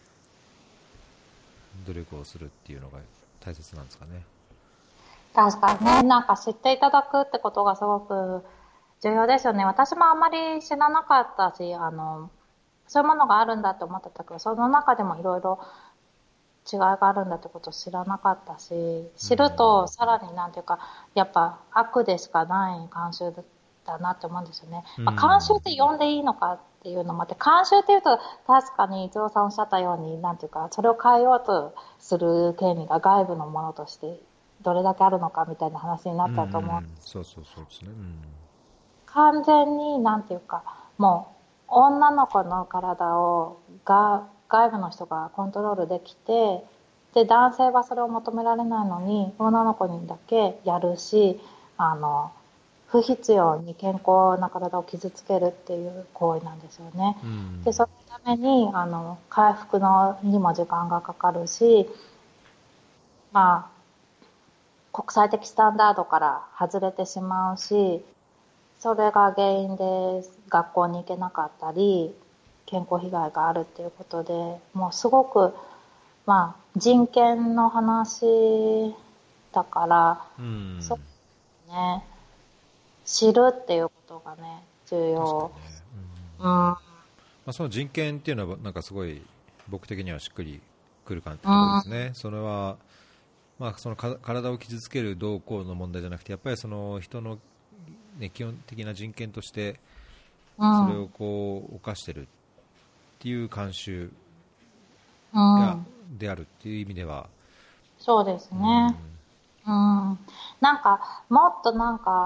A: 努力をするっていうのが大切なんですかね。
B: 確かにね、なんか知っていただくってことがすごく重要ですよね。私もあんまり知らなかったし、あのそういうものがあるんだって思ってたけど、その中でもいろいろ違いがあるんだってことを知らなかったし、知るとさらになんていうか、やっぱ悪でしかない慣習だなって思うんですよね。まあ、慣習って呼んでいいのかっていうのもあって、慣習っていうと確かに伊藤さんおっしゃったように、なんていうか、それを変えようとする権利が外部のものとしてどれだけあるのかみたいな話になったと思うんです。
A: そうそうそうですね。うん、
B: 完全になんていうか、もう女の子の体をが外部の人がコントロールできて、で男性はそれを求められないのに女の子にだけやるし、あの不必要に健康な体を傷つけるっていう行為なんですよね。うん、でそのためにあの回復のにも時間がかかるし、まあ国際的スタンダードから外れてしまうし、それが原因で学校に行けなかったり健康被害があるっていうことで、もうすごく、まあ、人権の話だから、うん、そうね、知るっていうことがね重要。
A: うん、うん、まあ、その人権っていうのはなんかすごい僕的にはしっくりくる感じですね。うん、それは、まあ、そのか体を傷つける動向の問題じゃなくて、やっぱりその人のね、基本的な人権としてそれをこう犯してるっていう慣習がであるっていう意味では、
B: そうですね、うんうん、なんかもっとなんか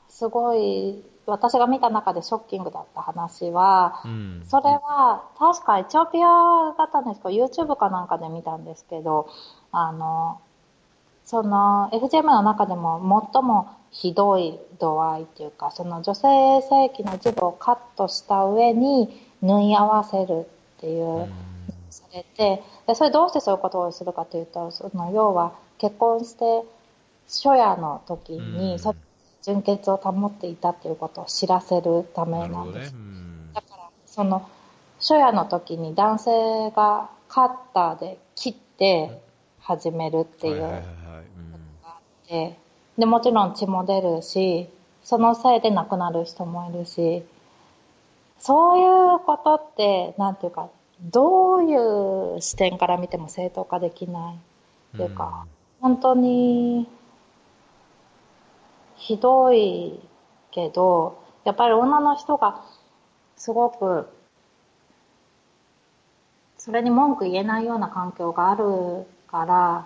B: すごい、私が見た中でショッキングだった話は、
A: うん、
B: それは、確かエチオピアだったんですけど、YouTube かなんかで見たんですけど、あの、その エフジーエム の中でも最もひどい度合いっていうか、その女性性器の一部をカットした上に縫い合わせるっていう、うん、されて、で、それどうしてそういうことをするかというと、その要は結婚して初夜の時に、うん、純潔を保っていたっていうことを知らせるためなんです。ね、うん、だから、その初夜の時に男性がカッターで切って始めるっていう、はいはいはいはい、で, でもちろん血も出るし、そのせいで亡くなる人もいるし、そういうことってなんていうか、どういう視点から見ても正当化できないっていうか、うん、本当にひどいけど、やっぱり女の人がすごくそれに文句言えないような環境があるから、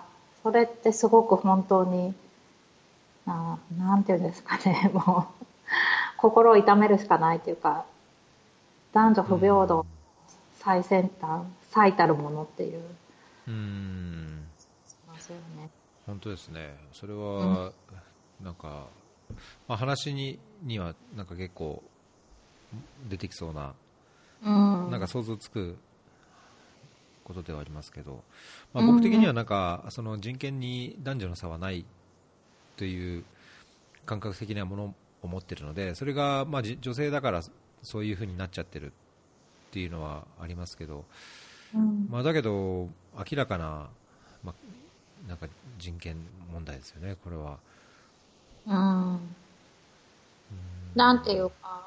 B: それってすごく本当にな, なんていうんですかね、もう心を痛めるしかないというか、男女不平等最先端、最たるものっていう。うーん。
A: ますよね。本当ですね。それは、うん、なんか、まあ、話ににはなんか結構出てきそうな、うん、なんか想像つくことではありますけど、まあ、僕的にはなんかその人権に男女の差はないという感覚的なものを持っているので、それがまあ女性だからそういう風になっちゃってるっていうのはありますけど、うんまあ、だけど明らかな、まあ、なんか人権問題ですよね、これは。うん、
B: なんていうか、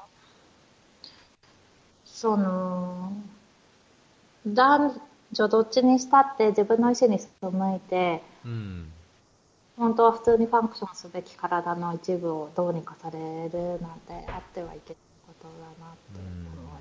B: その男女どっちにしたって自分の意思に背いて、うん、本当は普通にファンクションすべき体の一部をどうにかされるなんてあってはいけないことだなって思います。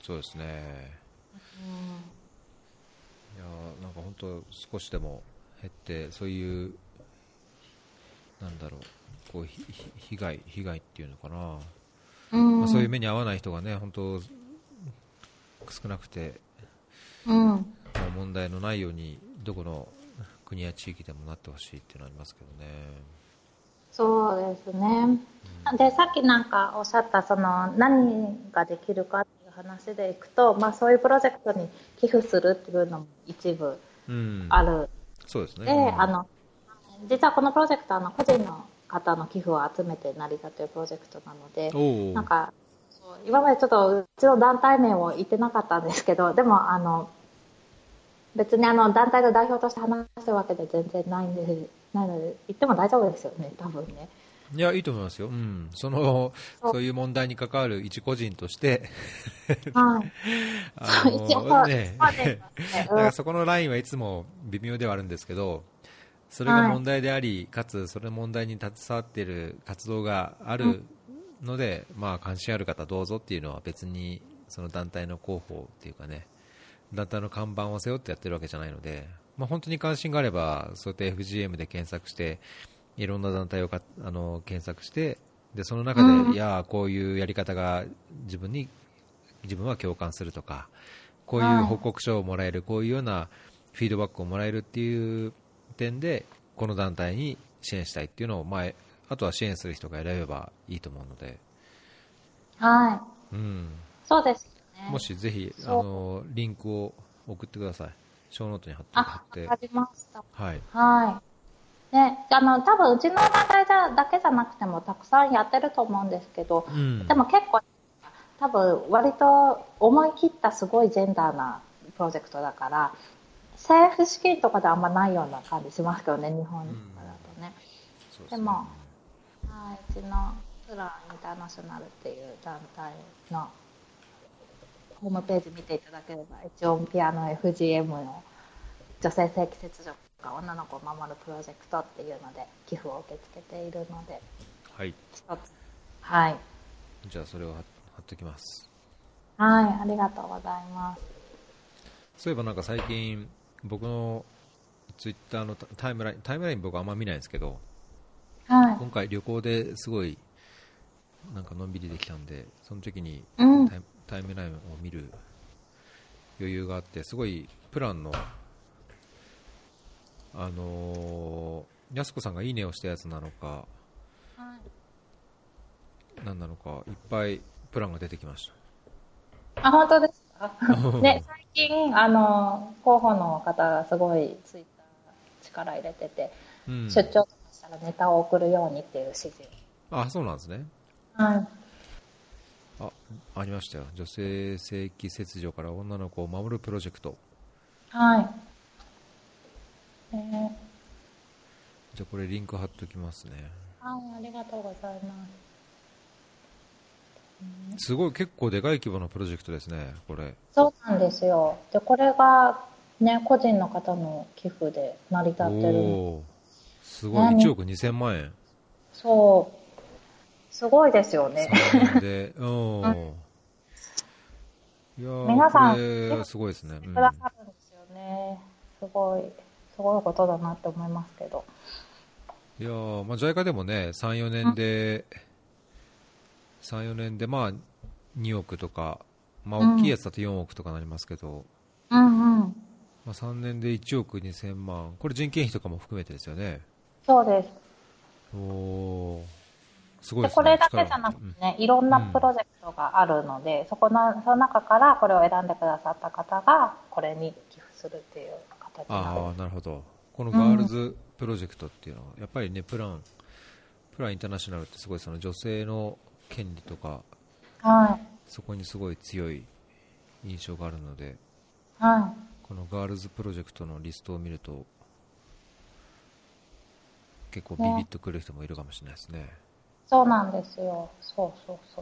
A: そうですね、うん、いやなんか本当少しでも減ってそういうなんだろうこう被害被害っていうのかな、うんまあ、そういう目に遭わない人がね本当少なくて、うん、問題のないようにどこの国や地域でもなってほしいっていうのはありますけどね。
B: そうですね、うん、でさっきなんかおっしゃったその何ができるかっていう話でいくと、まあ、そういうプロジェクトに寄付するっていうのも一部ある、うん、
A: そうですね、
B: で、うん、あの実はこのプロジェクトはあの個人の方の寄付を集めて成り立っているプロジェクトなので、なんか今までちょっとうちの団体名を言ってなかったんですけど、でもあの別にあの団体の代表として話してるわけで全然ないんで、ないので言っても大丈夫ですよね、多分ね。
A: いやいいと思いますよ、うん、そのそういう問題に関わる一個人としてはい、あのね、だからそこのラインはいつも微妙ではあるんですけど、それが問題であり、はい、かつそれ問題に携わっている活動があるので、うん、まあ関心ある方どうぞっていうのは別にその団体の広報っていうかね、団体の看板を背負ってやってるわけじゃないので、まあ、本当に関心があればそうやって エフジーエム で検索していろんな団体をかあの検索してでその中で、うん、いやこういうやり方が自分に自分は共感するとかこういう報告書をもらえる、こういうようなフィードバックをもらえるっていう点でこの団体に支援したいっていうのを、まあ、あとは支援する人が選べばいいと思うので、
B: はい、うん、そうですね。
A: もしぜひあのリンクを送ってください。ショーノートに貼って。
B: あ、わかりました。
A: はい。
B: はい。ね、あの多分うちの団体だけじゃなくてもたくさんやってると思うんですけど、うん、でも結構多分割と思い切ったすごいジェンダーなプロジェクトだから政府資金とかであんまないような感じしますけどね、日本とかだとね。うん、で, でも、はい、うちのプランインターナショナルっていう団体のホームページ見ていただければ、エチオピアの エフジーエム の女性性器切除とか女の子を守るプロジェクトっていうので寄付を受け付けているので、
A: はい、
B: 一つ、はい、
A: じゃあそれを貼っときます。
B: はい、ありがとうございます。
A: そういえばなんか最近僕のツイッターのタイムラインタイムライン僕あんま見ないんですけど、はい、今回旅行ですごいなんかのんびりできたんで、その時に
B: うん。
A: タイム、タイムラインを見る余裕があって、すごいプランの、あのー、やすこさんがいいねをしたやつなのか、
B: はい。
A: 何なのか、いっぱいプランが出てきまし
B: あ、本当ですか？
A: た。
B: ね、最近、あの、候補の方がすごいツイッター力入れてて、
A: うん。
B: 出張とかしたらネタを送るようにっていう指示。
A: あ、そうなんですね。
B: はい。
A: あ、ありましたよ。女性性器切除から女の子を守るプロジェクト。
B: はい。えー、
A: じゃあこれリンク貼っときますね。
B: はい、ありがとうございます。
A: すごい結構でかい規模のプロジェクトですね、これ。
B: そうなんですよ。で、これが、ね、個人の方の寄付で成り立
A: お
B: ってるの。
A: お、すごい。
B: ね、
A: いちお
B: み
A: くにせんまん円。
B: そう、すごいですよね。
A: さんねんで。お
B: うん、
A: お。いやー、こ
B: 皆さん、寄付
A: れ、すごいですね。
B: してくだ
A: うん。
B: さるんですよね。すごい、すごいことだなって思いますけど。
A: いやー、まあ、ジャイカでもね、さん、よねんで、さん、よねんで、まあ、におくとか、まあ、大きい
B: うん、
A: やつだとよんおくとかなりますけど、
B: うん、うん。
A: まあ、さんねんでいちおくにせんまん。これ人件費とかも含めてですよね。
B: そうです。
A: おお、すごい
B: で、
A: ですね。
B: これだけ
A: 力。
B: じゃなく
A: うん。
B: てね、いろん
A: うん。
B: なプロジェクトがあるので、そこの、その中からこれを選んでくださった方が、これに寄付するっていう形になる。
A: ああ、なるほど。この
B: うん。
A: ガールズプロジェクトっていうのは、やっぱりね、プラン、プランインターナショナルってすごいその女性の権利とか、
B: はい。
A: そこにすごい強い印象があるので、
B: はい。
A: このガールズプロジェクトのリストを見ると、結構ビビッ
B: ね。
A: とくる人もいるかもしれないですね。
B: そうなんですよ。そうそうそう。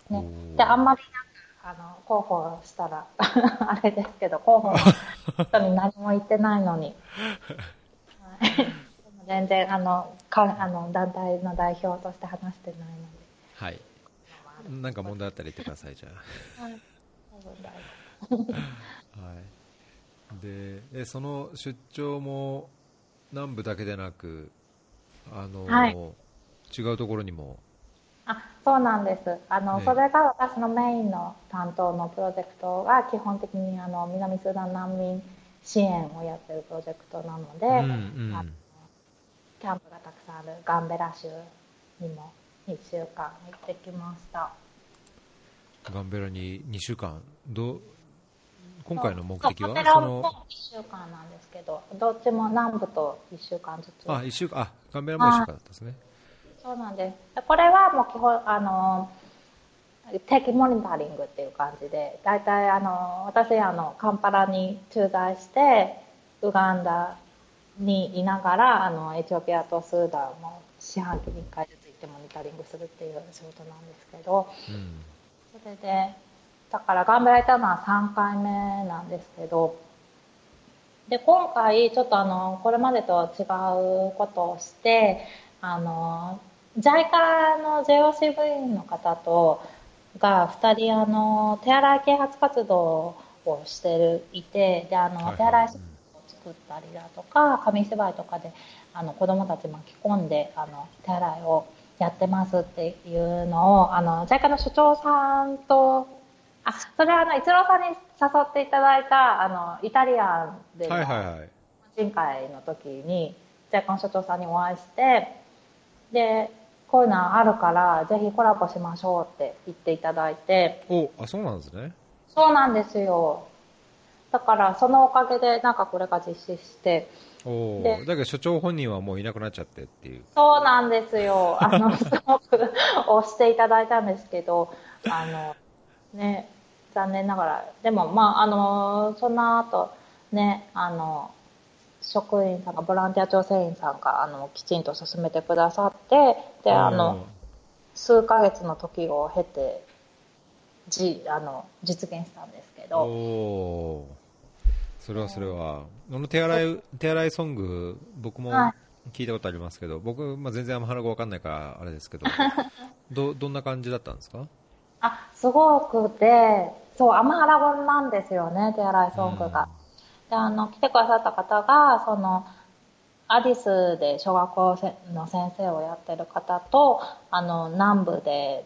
A: お
B: ね。で、あ
A: お。
B: んまりなんか、あの、広報したらあれですけど、広報の人に何も言ってないのに。はい。でも全然、あの、か、あの、団体の代表として話してないので。
A: はい。
B: まあある
A: なんか問題あったら言ってください、じゃ
B: はい。多分大丈夫。
A: あ。はい。で、え、その出張も南部だけでなく、あ
B: はい。
A: の違うところにも、
B: あ、そうなんです。あの、そ
A: ね、
B: れが私のメインの担当のプロジェクトが基本的にあの南スーダン難民支援をやってるプロジェクトなので、
A: うんう
B: あの
A: ん。
B: キャンプがたくさんあるガンベラ州にもいっしゅうかん行ってきました。
A: ガンベラににしゅうかん、ど今
B: そう、
A: 回の目
B: そう、
A: 的
B: ガンベラも
A: はその、
B: いっしゅうかんなんですけど、どっちも南部といっしゅうかんずつ。
A: あ、一週間、あ、ガンベラも一週
B: はい、
A: 間だったんですね。
B: そうなんです。これはもう基本、あの、定期モニタリングっていう感じで、大体あの、私あの、カンパラに駐在して、ウガンダにいながら、あの、エチオピアとスーダンも四半期にいっかいずつ行ってモニタリングするっていう仕事なんですけど、
A: うん。
B: それで、だからガンベラ行ったのはさんかいめなんですけど、で、今回、ちょっとあの、これまでとは違うことをして、あの、ジャイカ の ジェイオーシーブイ の方と、がふたりあの、手洗い啓発活動をしてる、いて、で、あの、
A: はいはい。
B: 手洗いシートを作ったりだとか、紙芝居とかで、あの、子供たち巻き込んで、あの、手洗いをやってますっていうのを、あの、ジャイカ の所長さんと、あ、それはあの、一郎さんに誘っていただいた、あの、イタリアンで
A: はいはい
B: の
A: はい。
B: 懇親会の時に、ジャイカ の所長さんにお会いして、で、こういうのあるから、ぜひコラボしましょうって言っていただいて、
A: お、あ、そうなんですね。
B: そうなんですよ。だから、そのおかげで、なんかこれが実施して、で、
A: おー、だけど所長本人はもういなくなっちゃってっていう。
B: そうなんですよ。あの、すごく押していただいたんですけど、あの、ね、残念ながら。でも、まあ、あの、その後、ね、あの、職員さんが、ボランティア調整員さんが、あの、きちんと進めてくださって、で、あの、
A: おー、
B: 数ヶ月の時を経て、じ、あの、実現したんですけど、
A: おー、それはそれ
B: そ
A: は。この手
B: う、
A: 洗い、手洗いソング、僕も
B: はい。
A: 聞いたことありますけど、僕、まあ、全然あんま花語わかんないからあれですけど、ど、どんな感じだったんですか？
B: あ、すごくて、そう、アマハラ語なんですよね、手洗い
A: うん。
B: ソングが。で、あの、来てくださった方が、その、アディスで小学校の先生をやってる方と、あの、南部で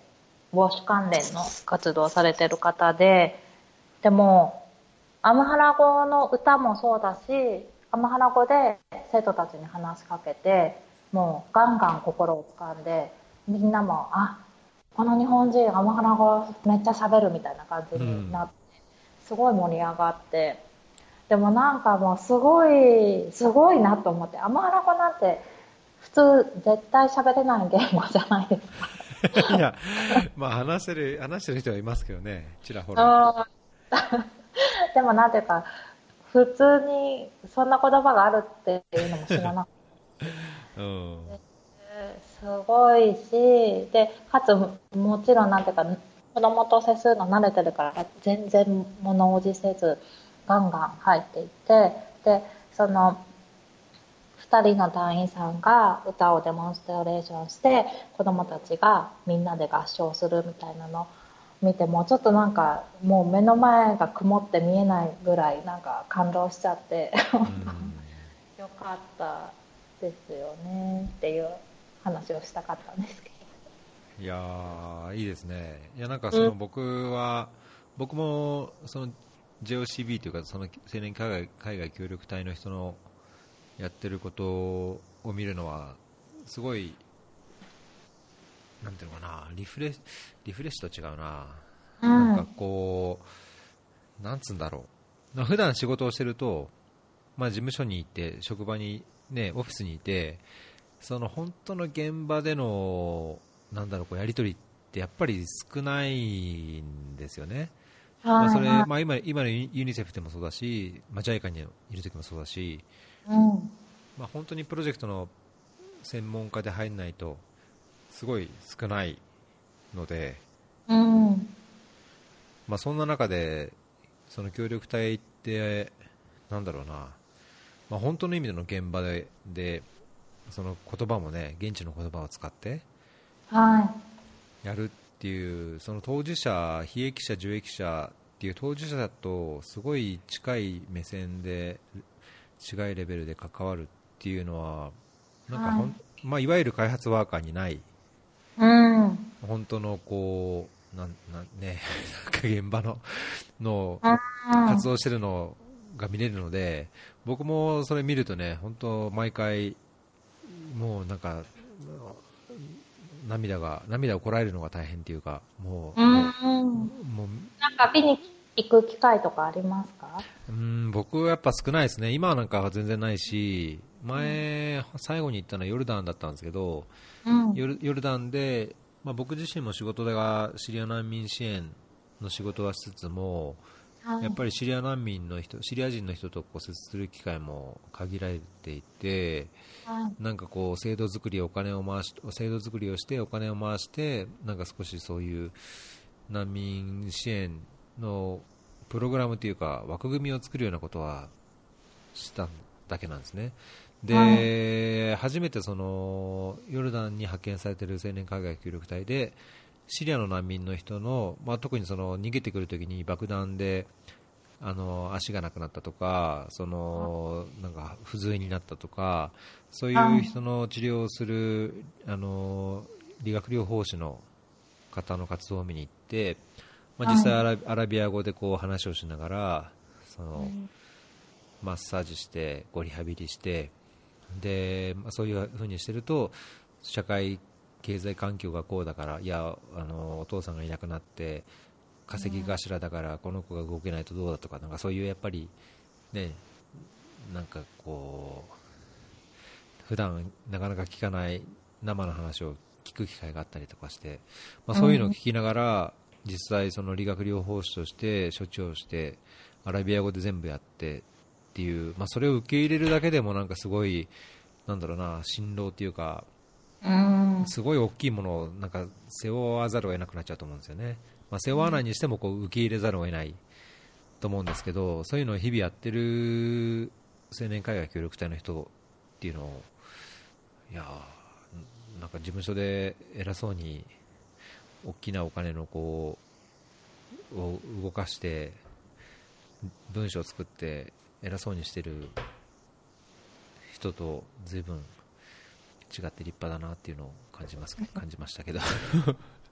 B: 帽子関連の活動をされてる方で、でもアムハラ語の歌もそうだし、アムハラ語で生徒たちに話しかけて、もうガンガン心を掴んで、みんなもあ、この日本人アムハラ語めっちゃ喋るみたいな感じになって、うん、すごい盛り上がって、でもなんかもうすごいすごいなと思って、アムハラ語なんて普通絶対喋れない言語じゃないですか。
A: いや、まあ話せる話してる人はいますけどね、ちらほら。
B: でもなんていうか、普通にそんな言葉があるっていうのも知らなかったうん、すごいし、でかつもちろんなんていうか、子供と接するの慣れてるから全然物おじせずガンガン入っていって、でそのふたりの団員さんが歌をデモンストレーションして、子供たちがみんなで合唱するみたいなの見て、もうちょっとなんかもう目の前が曇って見えないぐらいなんか感動しちゃってよかったですよねっていう話をしたかったんですけど。
A: いやー、いいですね。いや、なんかその僕は、うん、僕もその ジェイオーシービー というか、その青年海外、海外協力隊の人のやってることを見るのはすごい、なんていうのかな、リフレッシュ、リフレッシュと違うな、うん、なんかこう、なんつうんだろう、普段仕事をしてると、まあ、事務所にいて、職場に、ね、オフィスにいて、その本当の現場でのなんだろう、こうやり取りってやっぱり少ないんですよね。まあ、それ、まあ、今, 今のユニセフでもそうだし、まあ、ジャイカにいる時もそうだし、うんまあ、本当にプロジェクトの専門家で入らないとすごい少ないので、うんまあ、そんな中でその協力隊ってなんだろうな、まあ、本当の意味での現場で、でその言葉もね、現地の言葉を使ってやるっていう、その当事者、被益者、受益者っていう当事者とすごい近い目線で違いレベルで関わるっていうのはなんかほん、はいまあ、いわゆる開発ワーカーにない、うん、本当のこうなんなん、ね、なんか現場のの活動してるのが見れるので、僕もそれ見るとね、本当毎回もうなんか涙が涙をこらえるのが大変っていうか、もう、うん、もう
B: なんか見に行く機会とかありますか？
A: うん僕はやっぱ少ないですね。今はなんか全然ないし、前、うん、最後に行ったのはヨルダンだったんですけど、うん、ヨル、ヨルダンで、まあ、僕自身も仕事がシリア難民支援の仕事はしつつも、はい、やっぱりシリア難民の人、シリア人の人とこう接する機会も限られていて、はい、なんかこう制度作り、お金を回し、制度作りをしてお金を回して、なんか少しそういう難民支援のプログラムというか枠組みを作るようなことはしただけなんですね。で、はい、初めてそのヨルダンに派遣されている青年海外協力隊でシリアの難民の人の、まあ、特にその逃げてくるときに爆弾であの足がなくなったとか、そのなんか不随になったとか、そういう人の治療をするあの理学療法士の方の活動を見に行って、まあ、実際アラ、アラビア語でこう話をしながらそのマッサージしてこうリハビリしてで、まあ、そういう風にしてると社会経済環境がこうだから、いやあのお父さんがいなくなって稼ぎ頭だからこの子が動けないとどうだとか、なんかそういうやっぱりね、なんかこう普段なかなか聞かない生の話を聞く機会があったりとかして、まあ、そういうのを聞きながら実際その理学療法士として処置をしてアラビア語で全部やってっていう、まあ、それを受け入れるだけでもなんかすごいなんだろうな、辛労っていうか、すごい大きいものをなんか背負わざるを得なくなっちゃうと思うんですよね。まあ、背負わないにしてもこう受け入れざるを得ないと思うんですけど、そういうのを日々やってる青年海外協力隊の人っていうのを、いやなんか事務所で偉そうに大きなお金のこうを動かして文章を作って偉そうにしてる人と随分違って立派だなっていうのを感じます感じましたけど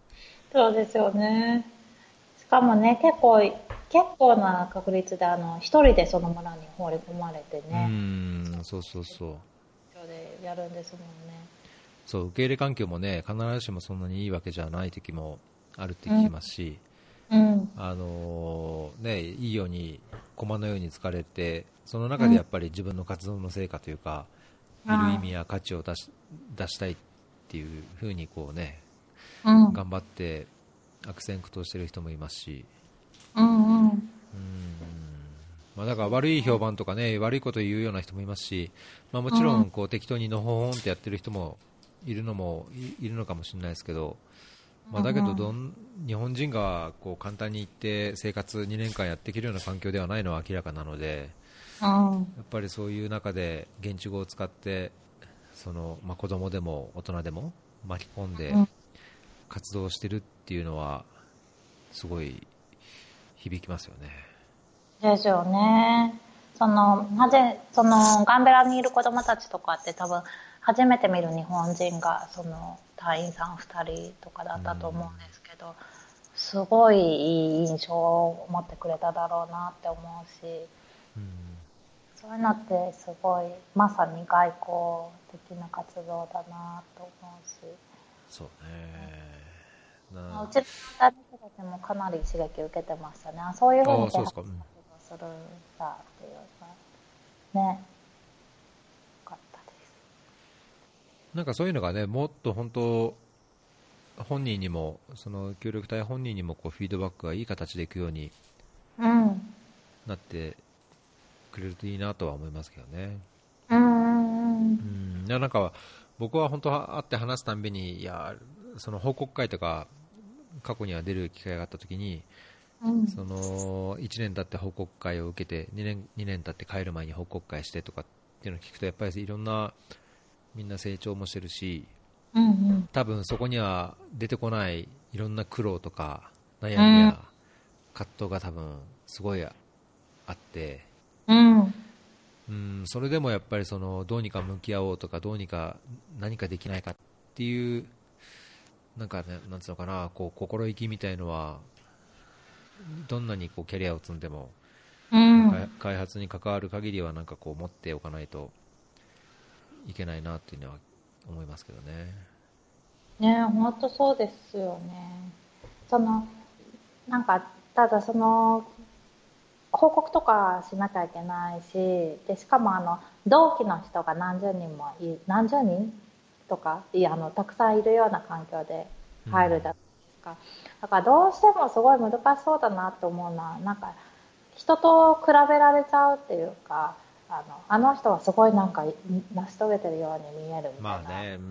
B: そうですよね。しかもね、結構、結構な確率で、あの、一人でその村に放り込まれて
A: うー
B: ね、
A: ん、そうそうそう。
B: 一緒でやるんですもんね。
A: そう、受け入れ環境もね、必ずしもそんなにいいわけじゃない時もあるって
B: うん、
A: 聞きますし、
B: うん、
A: あのーね、いいように、駒のように疲れて、その
B: うん、
A: 中でやっぱり自分の活動の成果というか、いる意
B: あ
A: 味や価値を出し、出したいっていう風にこうね、
B: あ、うん、
A: 頑張って悪戦苦闘してる人もいますし、
B: うん、うん。
A: うーん、まあ、だから悪い
B: そうね。
A: 評判とかね、悪いことを言うような人もいますし、まあ、も
B: うん、うん、
A: ちろんこう適当にのほほんってやってる人もいるのもいいるのかもしれないですけど、まあ、だけどどん日本人がこう簡単に行って生活にねんかんやっていけるような環境ではないのは明らかなので、
B: うん、
A: やっぱりそういう中で現地語を使ってその、まあ、子供でも大人でも巻き込んで
B: うん。
A: 活動してるっていうのはすごい響きますよね。
B: ですよね。その、はじ、その、ガンベラにいる子供たちとかって多分、初めて見る日本人が、その、隊員さんふたりとかだ
A: う
B: ったと思うん
A: ん、
B: ですけど、すごいいい印象を持ってくれただろうなって思うし、
A: うん、
B: そういうのってすごい、まさに外交的な活動だなと思うし、
A: そうねな。
B: まあうちの団体たちもかなり刺激を受けてましたね。あ、そういうふうに
A: ああ、
B: 啓発活
A: そうですか、うん、
B: 動するんだっていうか、ね、よかったです。
A: なんかそういうのがね、もっと本当本人にもその協力隊本人にもこうフィードバックがいい形でいくように
B: うん。
A: なってくれるといいなとは思いますけどね。
B: うんうんうん。
A: うん、いやなんか僕は本当は会って話すたんびに、いやその報告会とか過去には出る機会があった時に、
B: うん。
A: そのいちねん経って報告会を受けて2年、にねん経って帰る前に報告会してとかっていうのを聞くと、やっぱりいろんなみんな成長もしてるし、
B: うんうん。
A: 多分そこには出てこないいろんな苦労とか
B: うん。
A: 悩みや葛藤が多分すごいあって、
B: うん。
A: うん、それでもやっぱりそのどうにか向き合おうとかどうにか何かできないかっていうなんか、ね、なんつうのかな、こう心意気みたいのはどんなにこうキャリアを積んでも、
B: う
A: まあ、
B: ん。
A: 開発に関わる限りはなんかこう持っておかないといけないなっていうのは思いますけどね。
B: ねえ、ほんとそうですよね。その、なんか、ただその、報告とかしなきゃいけないし、で、しかもあの、同期の人が何十人もい、何十人とか、いや、あの、たくさんいるような環境で
A: うん、
B: 入るじゃないですか。だからどうしてもすごい難しそうだなと思うのは、なんか、人と比べられちゃうっていうか、あの、あの人はすごいなんか成し遂げてるように見えるみたいな、
A: まあね、うん、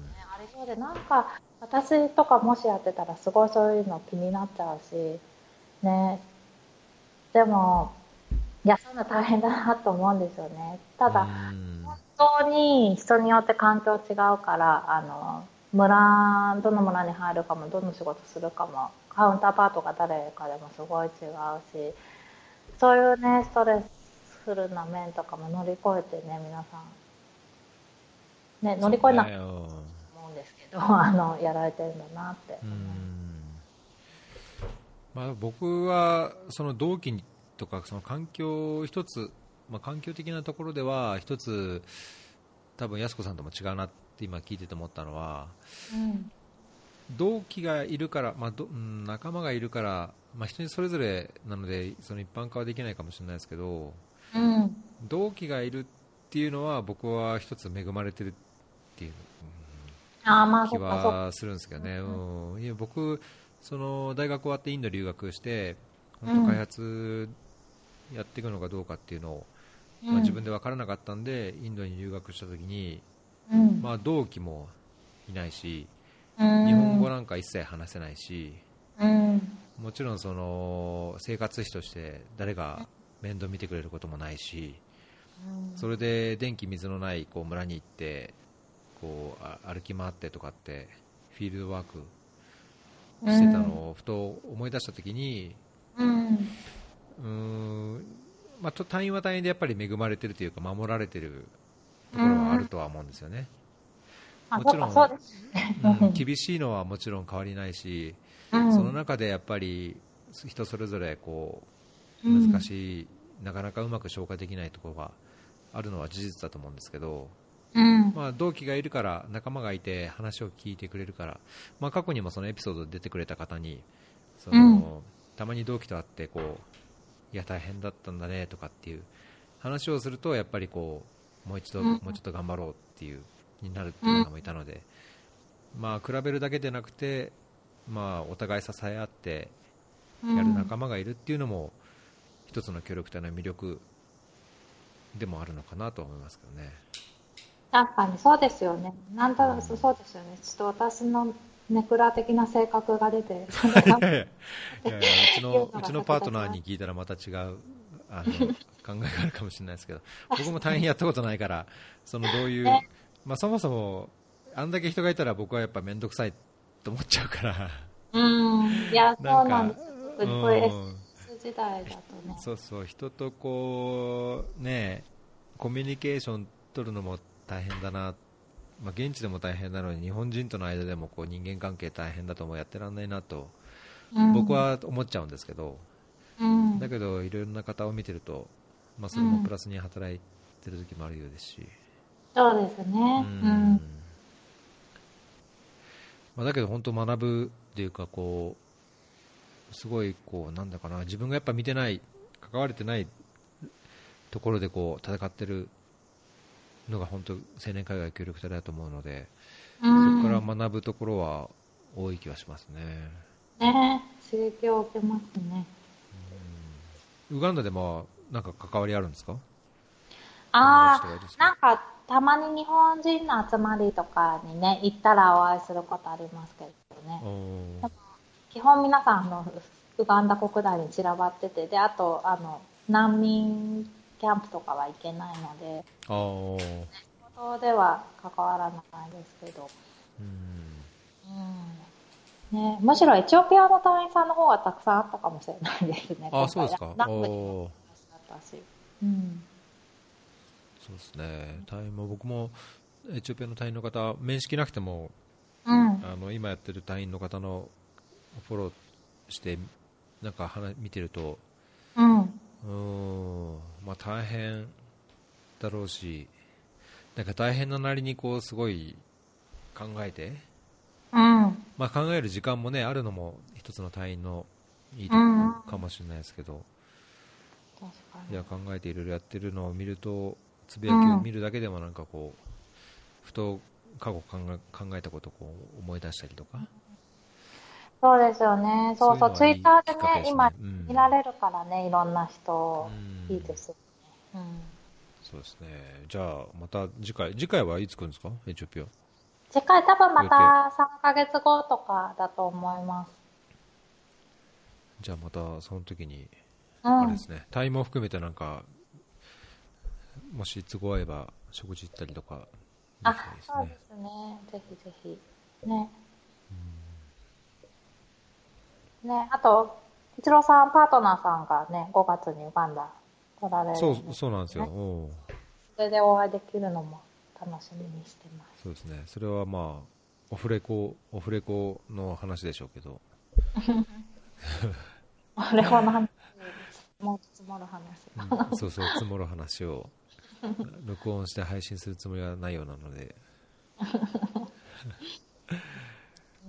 B: ありそうで、なんか、私とかもしやってたらすごいそういうの気になっちゃうし、ね、でも、いや、そういうの大変だなと思うんですよね。た
A: う
B: だ、
A: ん、
B: 本当に人によって環境違うから、あの、村、どの村に入るかも、どの仕事するかも、カウンターパートが誰かでもすごい違うし、そういうね、ストレスフルな面とかも乗り越えてね、皆さん、ね、乗り越えなくて
A: そうね、うん、
B: 思うんですけど、あの、やられてるんだなって
A: う
B: 思います。
A: ん、まあ、僕はその同期とかその環境一つ、まあ、環境的なところでは一つ多分安子さんとも違うなって今聞いてて思ったのは、
B: うん。
A: 同期がいるから、まあどうん、仲間がいるから、まあ、人にそれぞれなのでその一般化はできないかもしれないですけど、
B: うん。
A: 同期がいるっていうのは僕は一つ恵まれてるっていう
B: ああ、まあ、
A: 気
B: そっか、そっか。
A: はするんですけどね、うん、いや僕その大学終わってインド留学して本当開
B: うん。
A: 発やっていくのかどうかっていうのを、まあ、自
B: うん。
A: 分で分からなかったんでインドに留学した時に、
B: うん。
A: まあ、同期もいないし
B: う
A: 日本語
B: ん。
A: なんか一切話せないし、
B: うん。
A: もちろんその生活費として誰が面倒見てくれることもないし、それで電気水のないこう村に行ってこうあ歩き回ってとかってフィールドワーク
B: う
A: してたの
B: ん。
A: をふと思い出したときに、
B: うん。
A: うーん、まあ、と隊員は隊員でやっぱり恵まれてるというか守られてると
B: う
A: ころはある
B: ん。
A: とは思うんですよね。
B: あ、そっか、そう
A: もちろん、
B: ですね。
A: うん、厳しいのはもちろん変わりないし、
B: うん、
A: その中でやっぱり人それぞれこう難しい、うん、なかなかうまく消化できないところがあるのは事実だと思うんですけど、
B: うん
A: まあ、同期がいるから仲間がいて話を聞いてくれるから、まあ、過去にもそのエピソードで出てくれた方にその、うん、たまに同期と会ってこういや大変だったんだねとかっていう話をするとやっぱりこうもう一度、うん、もうちょっと頑張ろうっていうになるっていう方もいたので、まあ、比べるだけでなくて、まあ、お互い支え合ってやる仲間がいるっていうのも一つの協力隊の魅力でもあるのかなと思いますけどね。
B: 確かにそうですよね。なんとなくそうですよね。ちょっと私のネクラ的な性格が出て、い
A: やいやいやいやうちのうちのパートナーに聞いたらまた違うあの考えがあるかもしれないですけど、僕も隊員やったことないからそのどういう、ね、まあ、そもそもあんだけ人がいたら僕はやっぱ面倒くさいと思っちゃうから。
B: うん、いやそうなんです。特にこれ エス 時代だとね。
A: そうそう、人とこうねコミュニケーション取るのも大変だな、まあ、現地でも大変なのに日本人との間でもこう人間関係大変だともやってらんないなと、うん、僕は思っちゃうんですけど、うん、だけどいろいろな方を見てると、まあ、それもプラスに働いてる時もあるようですし、うん、
B: そうですね、うんうん
A: まあ、だけど本当学ぶっていうかこうすごいこうなんだかな、自分がやっぱ見てない関われてないところでこう戦ってるのが本当青年海外協力隊だと思うので、うん、そこから学ぶところは多い気がしますね。
B: ね、刺激を受けますね。
A: うん、ウガンダでもなんか関わりあるんですか？
B: ああ、なんかたまに日本人の集まりとかにね行ったらお会いすることありますけどね。でも基本皆さんのウガンダ国内に散らばってて、であとあの難民キャンプとかは行けないので、
A: あー、
B: 仕事では関わらないですけど、うんうんね、むしろエチオピアの隊員さんの方がたくさんあったかもしれないですね。
A: あ、そうですか。
B: 南部にもあったし、うん、
A: そうですね。隊員も僕もエチオピアの隊員の方面識なくても、
B: うん、
A: あの今やってる隊員の方のフォローしてなんか見てると、
B: うん、
A: うーん、まあ大変だろうし、なんか大変ななりにこうすごい考えて、
B: うん、
A: まあ考える時間もねあるのも一つの隊員のいいところかもしれないですけど、
B: うん、確かに。
A: いや考えていろいろやってるのを見ると、つぶやきを見るだけでもなんかこう、ふと過去考え、考えたことをこう思い出したりとか。
B: そうですよね。そうそう、ツイッターでね、今見られるからね、
A: うん、
B: いろんな人、いいですよね。うん。
A: そうですね。じゃあまた次回、次回はいつ来るんですか？エチオピア。
B: 次回多分またさんかげつごとかだと思います。
A: じゃあまたその時に、
B: うん、
A: あれですね、タイも含めてなんかもし都合合えば食事行ったりとか、ね、
B: あ、そうですね。ぜひぜひね。うん、ね、あと一郎さんパートナーさんがねごがつにウガンダ来られるんです、ね。
A: そうそうなんですよ。お
B: それでお会いできるのも楽しみにしてます。
A: そうですね。それはまあオフレコオフレコの話でしょうけど。
B: オフレコの話、もう積もる話、
A: うん。そうそう、積もる話を録音して配信するつもりはないようなので。うん、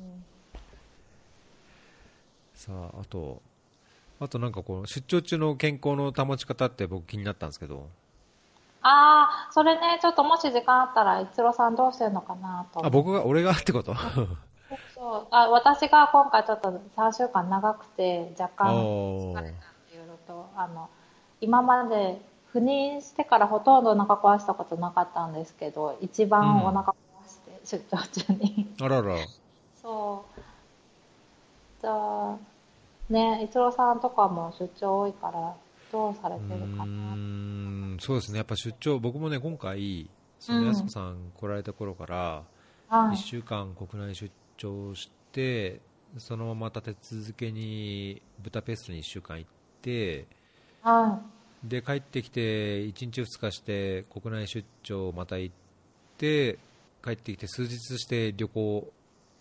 A: さあ、あとあとなんかこう出張中の健康の保ち方って僕気になったんですけど。
B: ああ、それね、ちょっともし時間あったら、一郎さんどうしてるのかなと。
A: あ、僕が、俺がってこと
B: そうあ、私が今回ちょっとさんしゅうかん長くて、若干疲れたっていうのと、あの、今まで赴任してからほとんどお腹壊したことなかったんですけど、一番お腹壊して、出張中に。
A: あらら。
B: そう。じゃあ、ね、一郎さんとかも出張多いから、どうされてるかな。うー
A: ん、そうですね。やっぱ出張、僕もね、今回、その安子さん来られた頃から、うん、いっしゅうかん国内出張して、そのまま立て続けにブダペストにいっしゅうかん行って、
B: はい、
A: で帰ってきていちにちふつかして国内出張また行って帰ってきて数日して旅行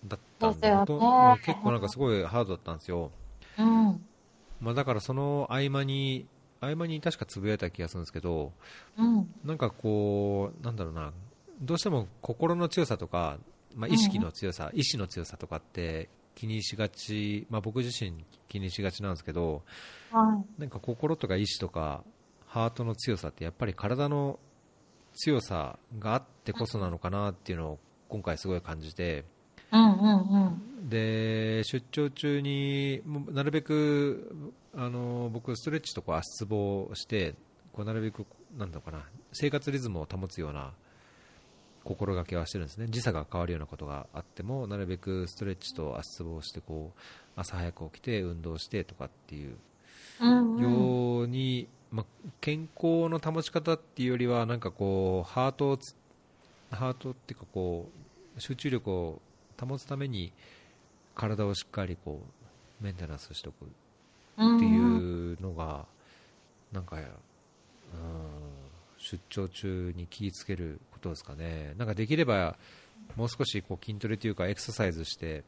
A: だったんで、
B: ですよね。
A: ほとん結構なんかすごいハードだったんですよ。
B: うん。
A: まあ、だからその合間に合間に確かつぶやいた気がするんですけど、
B: うん。
A: なんかこうなんだろうな、どうしても心の強さとか、まあ、意識
B: うん。
A: の強さ、意志の強さとかって気にしがち、まあ、僕自身気にしがちなんですけど、
B: は
A: なんか心とか意志とかハートの強さってやっぱり体の強さがあってこそなのかなっていうのを今回すごい感じて、
B: い。うんうんうん。
A: で出張中にもうなるべくあの僕ストレッチとか足つぼをしてこうなるべくなんだろうかな、生活リズムを保つような心がけはしてるんですね。時差が変わるようなことがあってもなるべくストレッチと足つぼをしてこう朝早く起きて運動してとかっていう
B: うんうん。
A: ように、まあ、健康の保ち方っていうよりはなんかこうハートをつハートっていうかこう集中力を保つために体をしっかりこうメンテナンスしておくっ
B: う
A: て
B: んうん。
A: いうのがなんか、うん、出張中に気をつけることですかね。なんかできればもう少しこう筋トレというかエクササイズして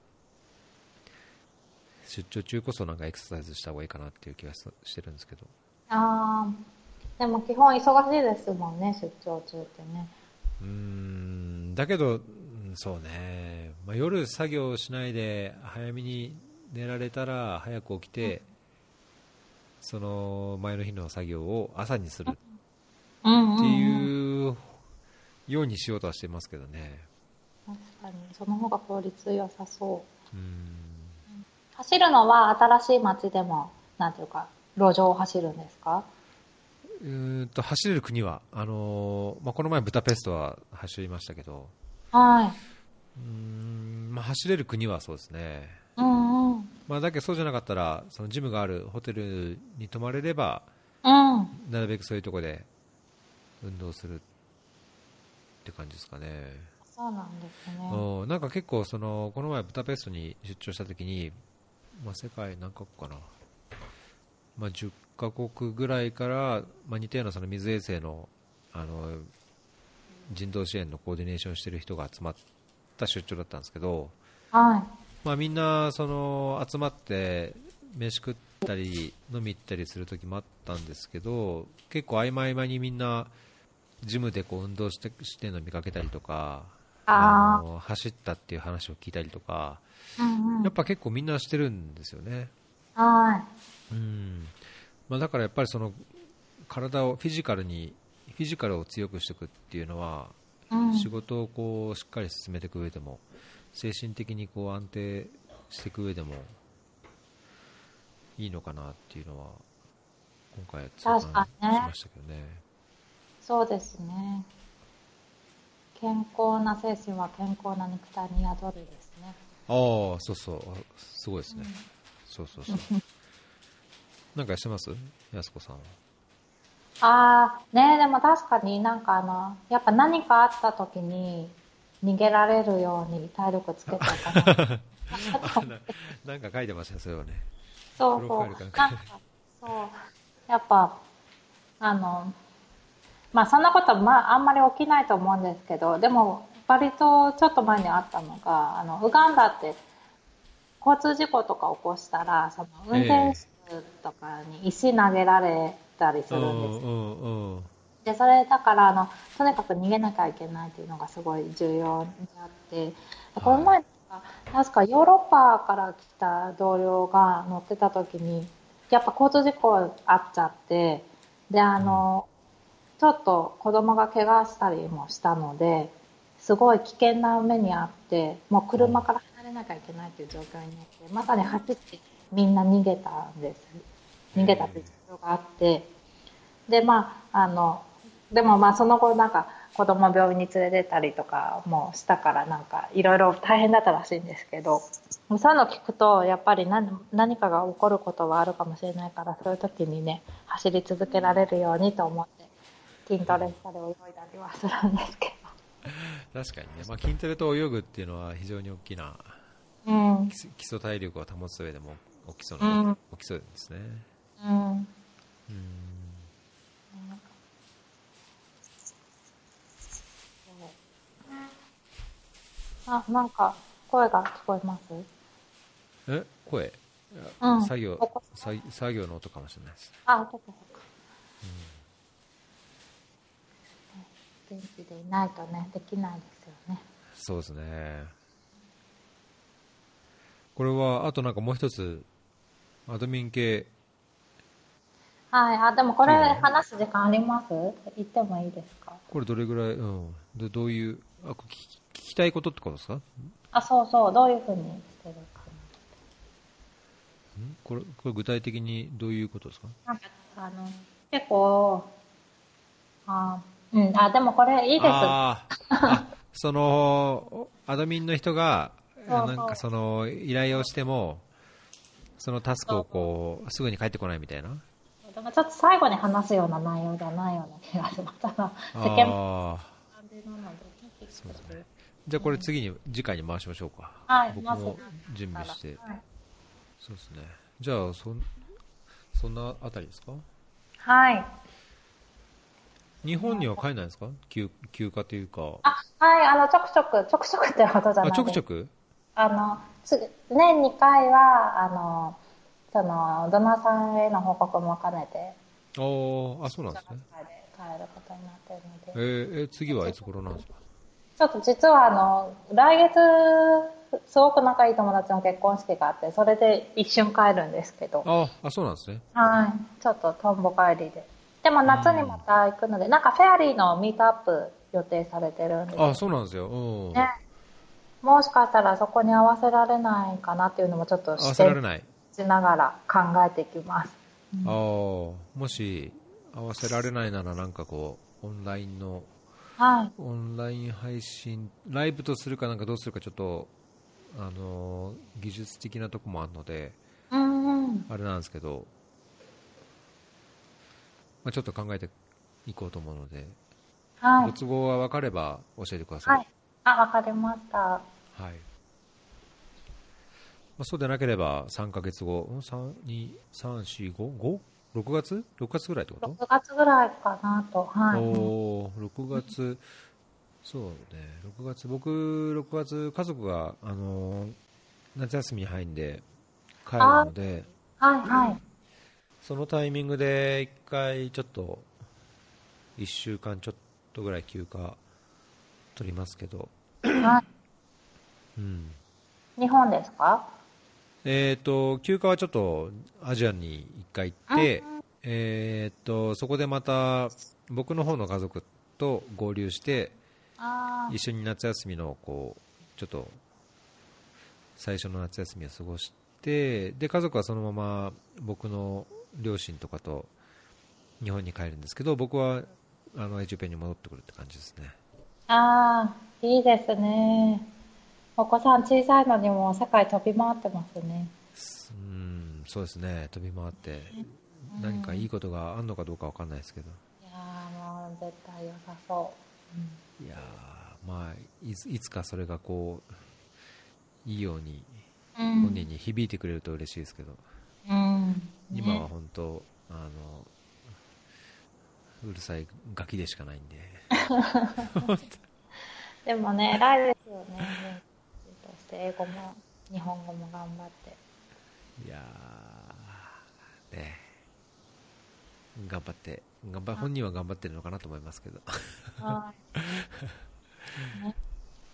A: 出張中こそなんかエクササイズした方がいいかなっていう気がしてるんですけど、
B: ああ、でも基本忙しいですもんね、出張中ってね。
A: うーんだけど、うんそうね、まあ、夜作業しないで早めに寝られたら早く起きてその前の日の作業を朝にするっ
B: うんう
A: て
B: んうん。
A: いうようにしようとはしてますけどね。
B: 確かに、その方が効率良さそう。
A: うーん
B: 走るのは新しい街でも、なんていうか、路上を走るんですか？
A: うーんと走れる国はあのーまあ、この前ブダペストは走りましたけど、
B: はい。
A: うーん、まあ、走れる国はそうですね。
B: うんうん。
A: まあ、だけどそうじゃなかったらそのジムがあるホテルに泊まれれば
B: うん。
A: なるべくそういうところで運動するって感じですかね。
B: そうなんですね。
A: うんなんか結構そのこの前ブダペストに出張した時に、まあ、世界何カ国かな、まあ、じゅっカ国ぐらいから、まあ、似たようなその水衛星の、あの人道支援のコーディネーションしてる人が集まった出張だったんですけど、
B: はい。
A: まあ、みんなその集まって飯食ったり飲み行ったりする時もあったんですけど、結構合間合間にみんなジムでこう運動してしてるのを見かけたりとか、あ
B: あ
A: の走ったっていう話を聞いたりとか、
B: あ、うんうん。
A: やっぱ結構みんなしてるんですよね。
B: は
A: うんまあ、だからやっぱりその体をフィジカルにフィジカルを強くしていくっていうのは
B: い。うん。
A: 仕事をこうしっかり進めていく上でも精神的にこう安定していく上でもいいのかなっていうのは今回痛
B: 確
A: 感
B: かにね。
A: しましたけどね。
B: そうですね。健康な精神は健康な肉体に宿るですね。
A: ああそうそうすごいですね。そうそうそうなんかしてますやすこさんは。
B: ああ、ね、でも確かになんかあの、やっぱ何かあった時に逃げられるように体力つけておかない
A: あ
B: と。
A: ななんか書いてましたねそれはね。プロフ
B: そうそう。
A: ァイルかなんか
B: なんか、そう。やっぱ、あの、まあそんなことまああんまり起きないと思うんですけど、でも割とちょっと前にあったのが、あの、ウガンダって交通事故とか起こしたら、その運転
A: え
B: 手とかに石投げられたり
A: えう
B: するんです。
A: んうんうん
B: で、それだからあの、とにかく逃げなきゃいけないっていうのがすごい重要にあって、この
A: はい
B: 前、確かヨーロッパから来た同僚が乗ってた時に、やっぱ交通事故あっちゃって、で、あ
A: うん
B: の、ちょっと子供が怪我したりもしたので、すごい危険な目にあって、もう車から離れなきゃいけないという状況になって、まさに走ってみんな逃げたんです。逃げたという状況があって、で、まあ、あの、でもまあその後なんか子供病院に連れてったりとかもしたからなんかいろいろ大変だったらしいんですけど、そういうの聞くとやっぱり何、何かが起こることはあるかもしれないから、そういう時にね、走り続けられるようにと思って筋トレしたり泳いだりはするんですけ
A: 確かにね、まあ、筋トレと泳ぐっていうのは非常に大きな
B: ど。うん。
A: 基礎基礎体力を保つ上でも起きそうな、
B: うん。
A: 起きそうですね。
B: うん。
A: うん
B: あ、なんか声が聞こえます？
A: え、声、
B: うん。
A: 作業
B: お子
A: 作作業の音かもしれないです。
B: あ、そっかそっか。元気でいないとね、できないですよね。
A: そうですね。これはあとなんかもう一つアドミン系
B: はい。あ、でもこれ
A: っていうのは、
B: 話す時間あります？言ってもいいですか？
A: これどれぐらい、うん、でどういうあ聞き、聞きたいことってことですか？ん
B: あ、そうそう。どういうふうにしてるか
A: これこれ具体的にどういうことですか？
B: な。なんか、あの、結構、あ、うん。あ、でもこれいいです。
A: あーあ、そのアドミンの人がなんか
B: そうそう。
A: その依頼をしてもそのタスクを
B: そうそう。
A: こうすぐに返ってこないみたいな。
B: だからちょっと最後に話すような内容じゃないような気がします。ただ、世間の
A: ああ、
B: 感じなので、結
A: そうですね。
B: 構、
A: じゃあこれ
B: うん。
A: 次に次回に回しましょうか。
B: はい。もしな
A: 僕も準
B: ったら。
A: 備して。
B: はい。
A: そうですね。じゃあそそんなあたりですか？
B: はい。
A: 日本には帰んないですか？休休暇というか。
B: あ、はい。あの、ちょくちょく、ちょくちょくってことじゃ
A: あ、ち
B: ないです。
A: ょくちょく。
B: あの、つ、年にかいは、あの、その、ドナーさんへの報告も兼ねて、
A: あーあ、そうなんですね。
B: 扱いで帰ることになっているので、
A: えーえ次はいつ頃なんですか？
B: ちょっと実はあの、来月、すごく仲いい友達の結婚式があって、それで一瞬帰るんですけど、
A: ああ、そうなんですね。
B: はい。ちょっとトンボ帰りで。でも
A: う
B: 夏にま
A: ん。
B: た行くので、なんかフェアリーのミートアップ予定されてるんです
A: あ、
B: よ。
A: そうなんですよ。うん。
B: ね。もしかしたらそこに合わせられないかなっていうのもちょっと
A: 合わ
B: 視点
A: せられない。
B: しながら考えていきます。う
A: ああ、
B: ん、
A: もし合わせられないならなんかこう、オンラインの、
B: はい。
A: オンライン配信、ライブとするかなんかどうするかちょっと、あのー技術的なとこもあるので、
B: うんうん。
A: あれなんですけど、まあ、ちょっと考えていこうと思うので、
B: はい。
A: ご都合が分かれば教えてください。
B: はい。あ、わかりました。
A: はい。まあ、そうでなければさんかげつご、ん ?さん、に、さん、よん、ご、ご? ろくがつ ?ろく 月ぐらいってこ
B: 6
A: と？
B: 月ぐらいかなと。はい。うん、
A: おー、ろくがつ、そうね、ろくがつ、僕、ろくがつ、家族が、あのー夏休みに入るんで、帰る
B: あ、
A: ので、
B: はいはい。
A: そのタイミングで一回、ちょっと、いっしゅうかんちょっとぐらい休暇取りますけど、
B: は
A: うん。
B: い。日本ですか？
A: えっと、休暇はちょっとアジアに一回行っ
B: うん。
A: て、えっと、そこでまた僕の方の家族と合流して、
B: あ
A: 一緒に夏休みのこうちょっと最初の夏休みを過ごして、で家族はそのまま僕の両親とかと日本に帰るんですけど、僕はあのエチオピアに戻ってくるって感じですね。
B: あ、ああ、いいですね。お子さん小さいのにも世界飛び回ってますね。
A: うん、そうですね、飛び回って
B: う
A: 何かいい
B: ん。
A: ことがあるのかどうかわかんないですけど、
B: いやーもう絶対良さそう。
A: いやー、まあ、いつ、いつかそれがこういいように
B: うん。
A: 本人に響いてくれると嬉しいですけど、
B: うん。うん。
A: 今は
B: ね。
A: 本当あのうるさいガキでしかないんで。
B: でもね、偉いですよね。元気として英語も日本語も頑張って。
A: いやーね、頑張って頑張本人は頑張ってるのかなと思いますけど。
B: はい。ね。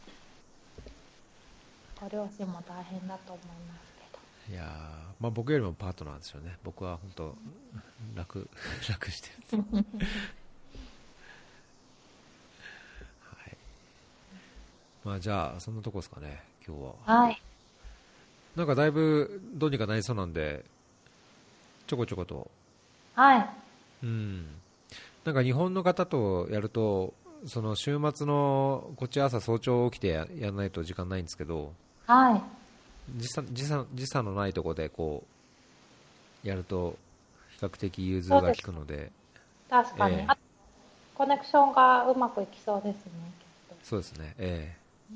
B: ご両親も大変だと思いますけ
A: いやー、まあ、僕よりもパートナーですよね。僕は本当楽楽してるんで、
B: ど。
A: はい。まあ、じゃあそんなとこですかね今日は。
B: はい。
A: なんかだいぶどうにかなりそうなんで、ちょこちょこと、
B: はい。
A: うん、なんか日本の方とやると、その週末のこっち朝早朝起きてややらないと時間ないんですけど、
B: はい。
A: 時差時差時差のないところでこうやると比較的融通が利
B: そうです。
A: くので、
B: 確かに。
A: ええ、
B: あ、コネクションがうまくいきそうですね、きっと。
A: そうですね、え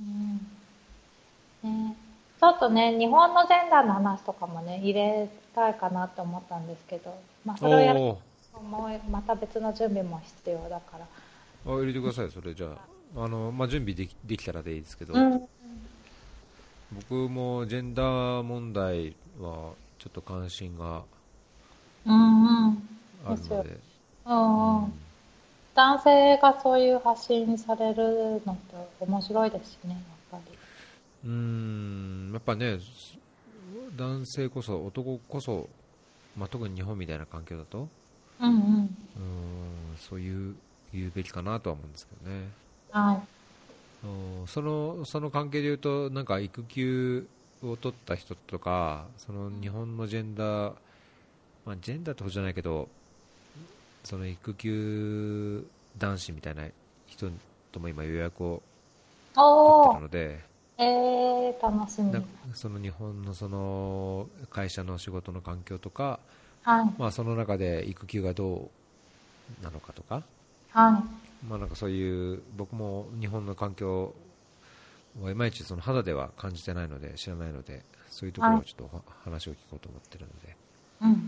B: うん。ね。ちょっとね、日本のジェンダーの話とかもね、入れたいかなと思ったんですけど、まあ、
A: え、
B: それをやる
A: お
B: と、もうまた別の準備も必要だから。
A: ー、あ、入れてください、それじゃあ、あのまあ、準備できできたらでいいですけど、
B: うん。
A: 僕もジェンダー問題はちょっと関心が
B: うんうん。
A: ある
B: ですよ。
A: ので、
B: うんうん。男性がそういう発信されるのって面白いですね、やっぱり。
A: うーん、やっぱね、男性こそ、男こそ、まあ、特に日本みたいな環境だと、
B: うんうん。
A: うーん、そういう言うべきかなとは思うんですけどね。
B: はい。
A: うん、そのその関係で言うと、なんか育休を取った人とか、その日本のジェンダー、まあ、ジェンダーってことじゃないけど、その育休男子みたいな人とも今予約を取って
B: おー、
A: るので、
B: えー、楽しみ。
A: なその日本のその会社の仕事の環境とか、
B: はい。
A: まあ、その中で育休がどうなのかとか、
B: はい。
A: まあ、なんかそういう僕も日本の環境はいまいちその肌では感じてないので知らないので、そういうとこ
B: はい。
A: ろをちょっとお話を聞こうと思ってるので、
B: うんうん。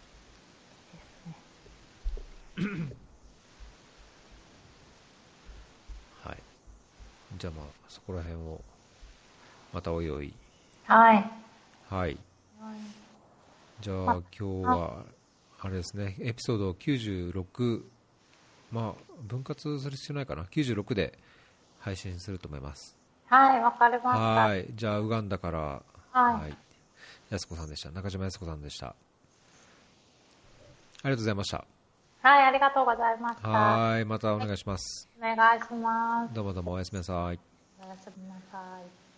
A: はい、じゃあまあそこら辺をまたおいおい。
B: はい。
A: はい、じゃあ
B: あ、
A: 今日
B: あ、
A: はあれですね、エピソードきゅうじゅうろく、まあ分割する必要ないかな、きゅうじゅうろくで配信すると思います。
B: はい、わかりました。
A: はい、じゃあウガンダから、
B: はい。
A: はい、安子さんでした。中島安子さんでした。ありがとうございました。
B: はい、ありがとうございました。
A: はい、またお願いします。
B: お願いします。
A: どうもどうもおやすみなさい。
B: おやすみなさい。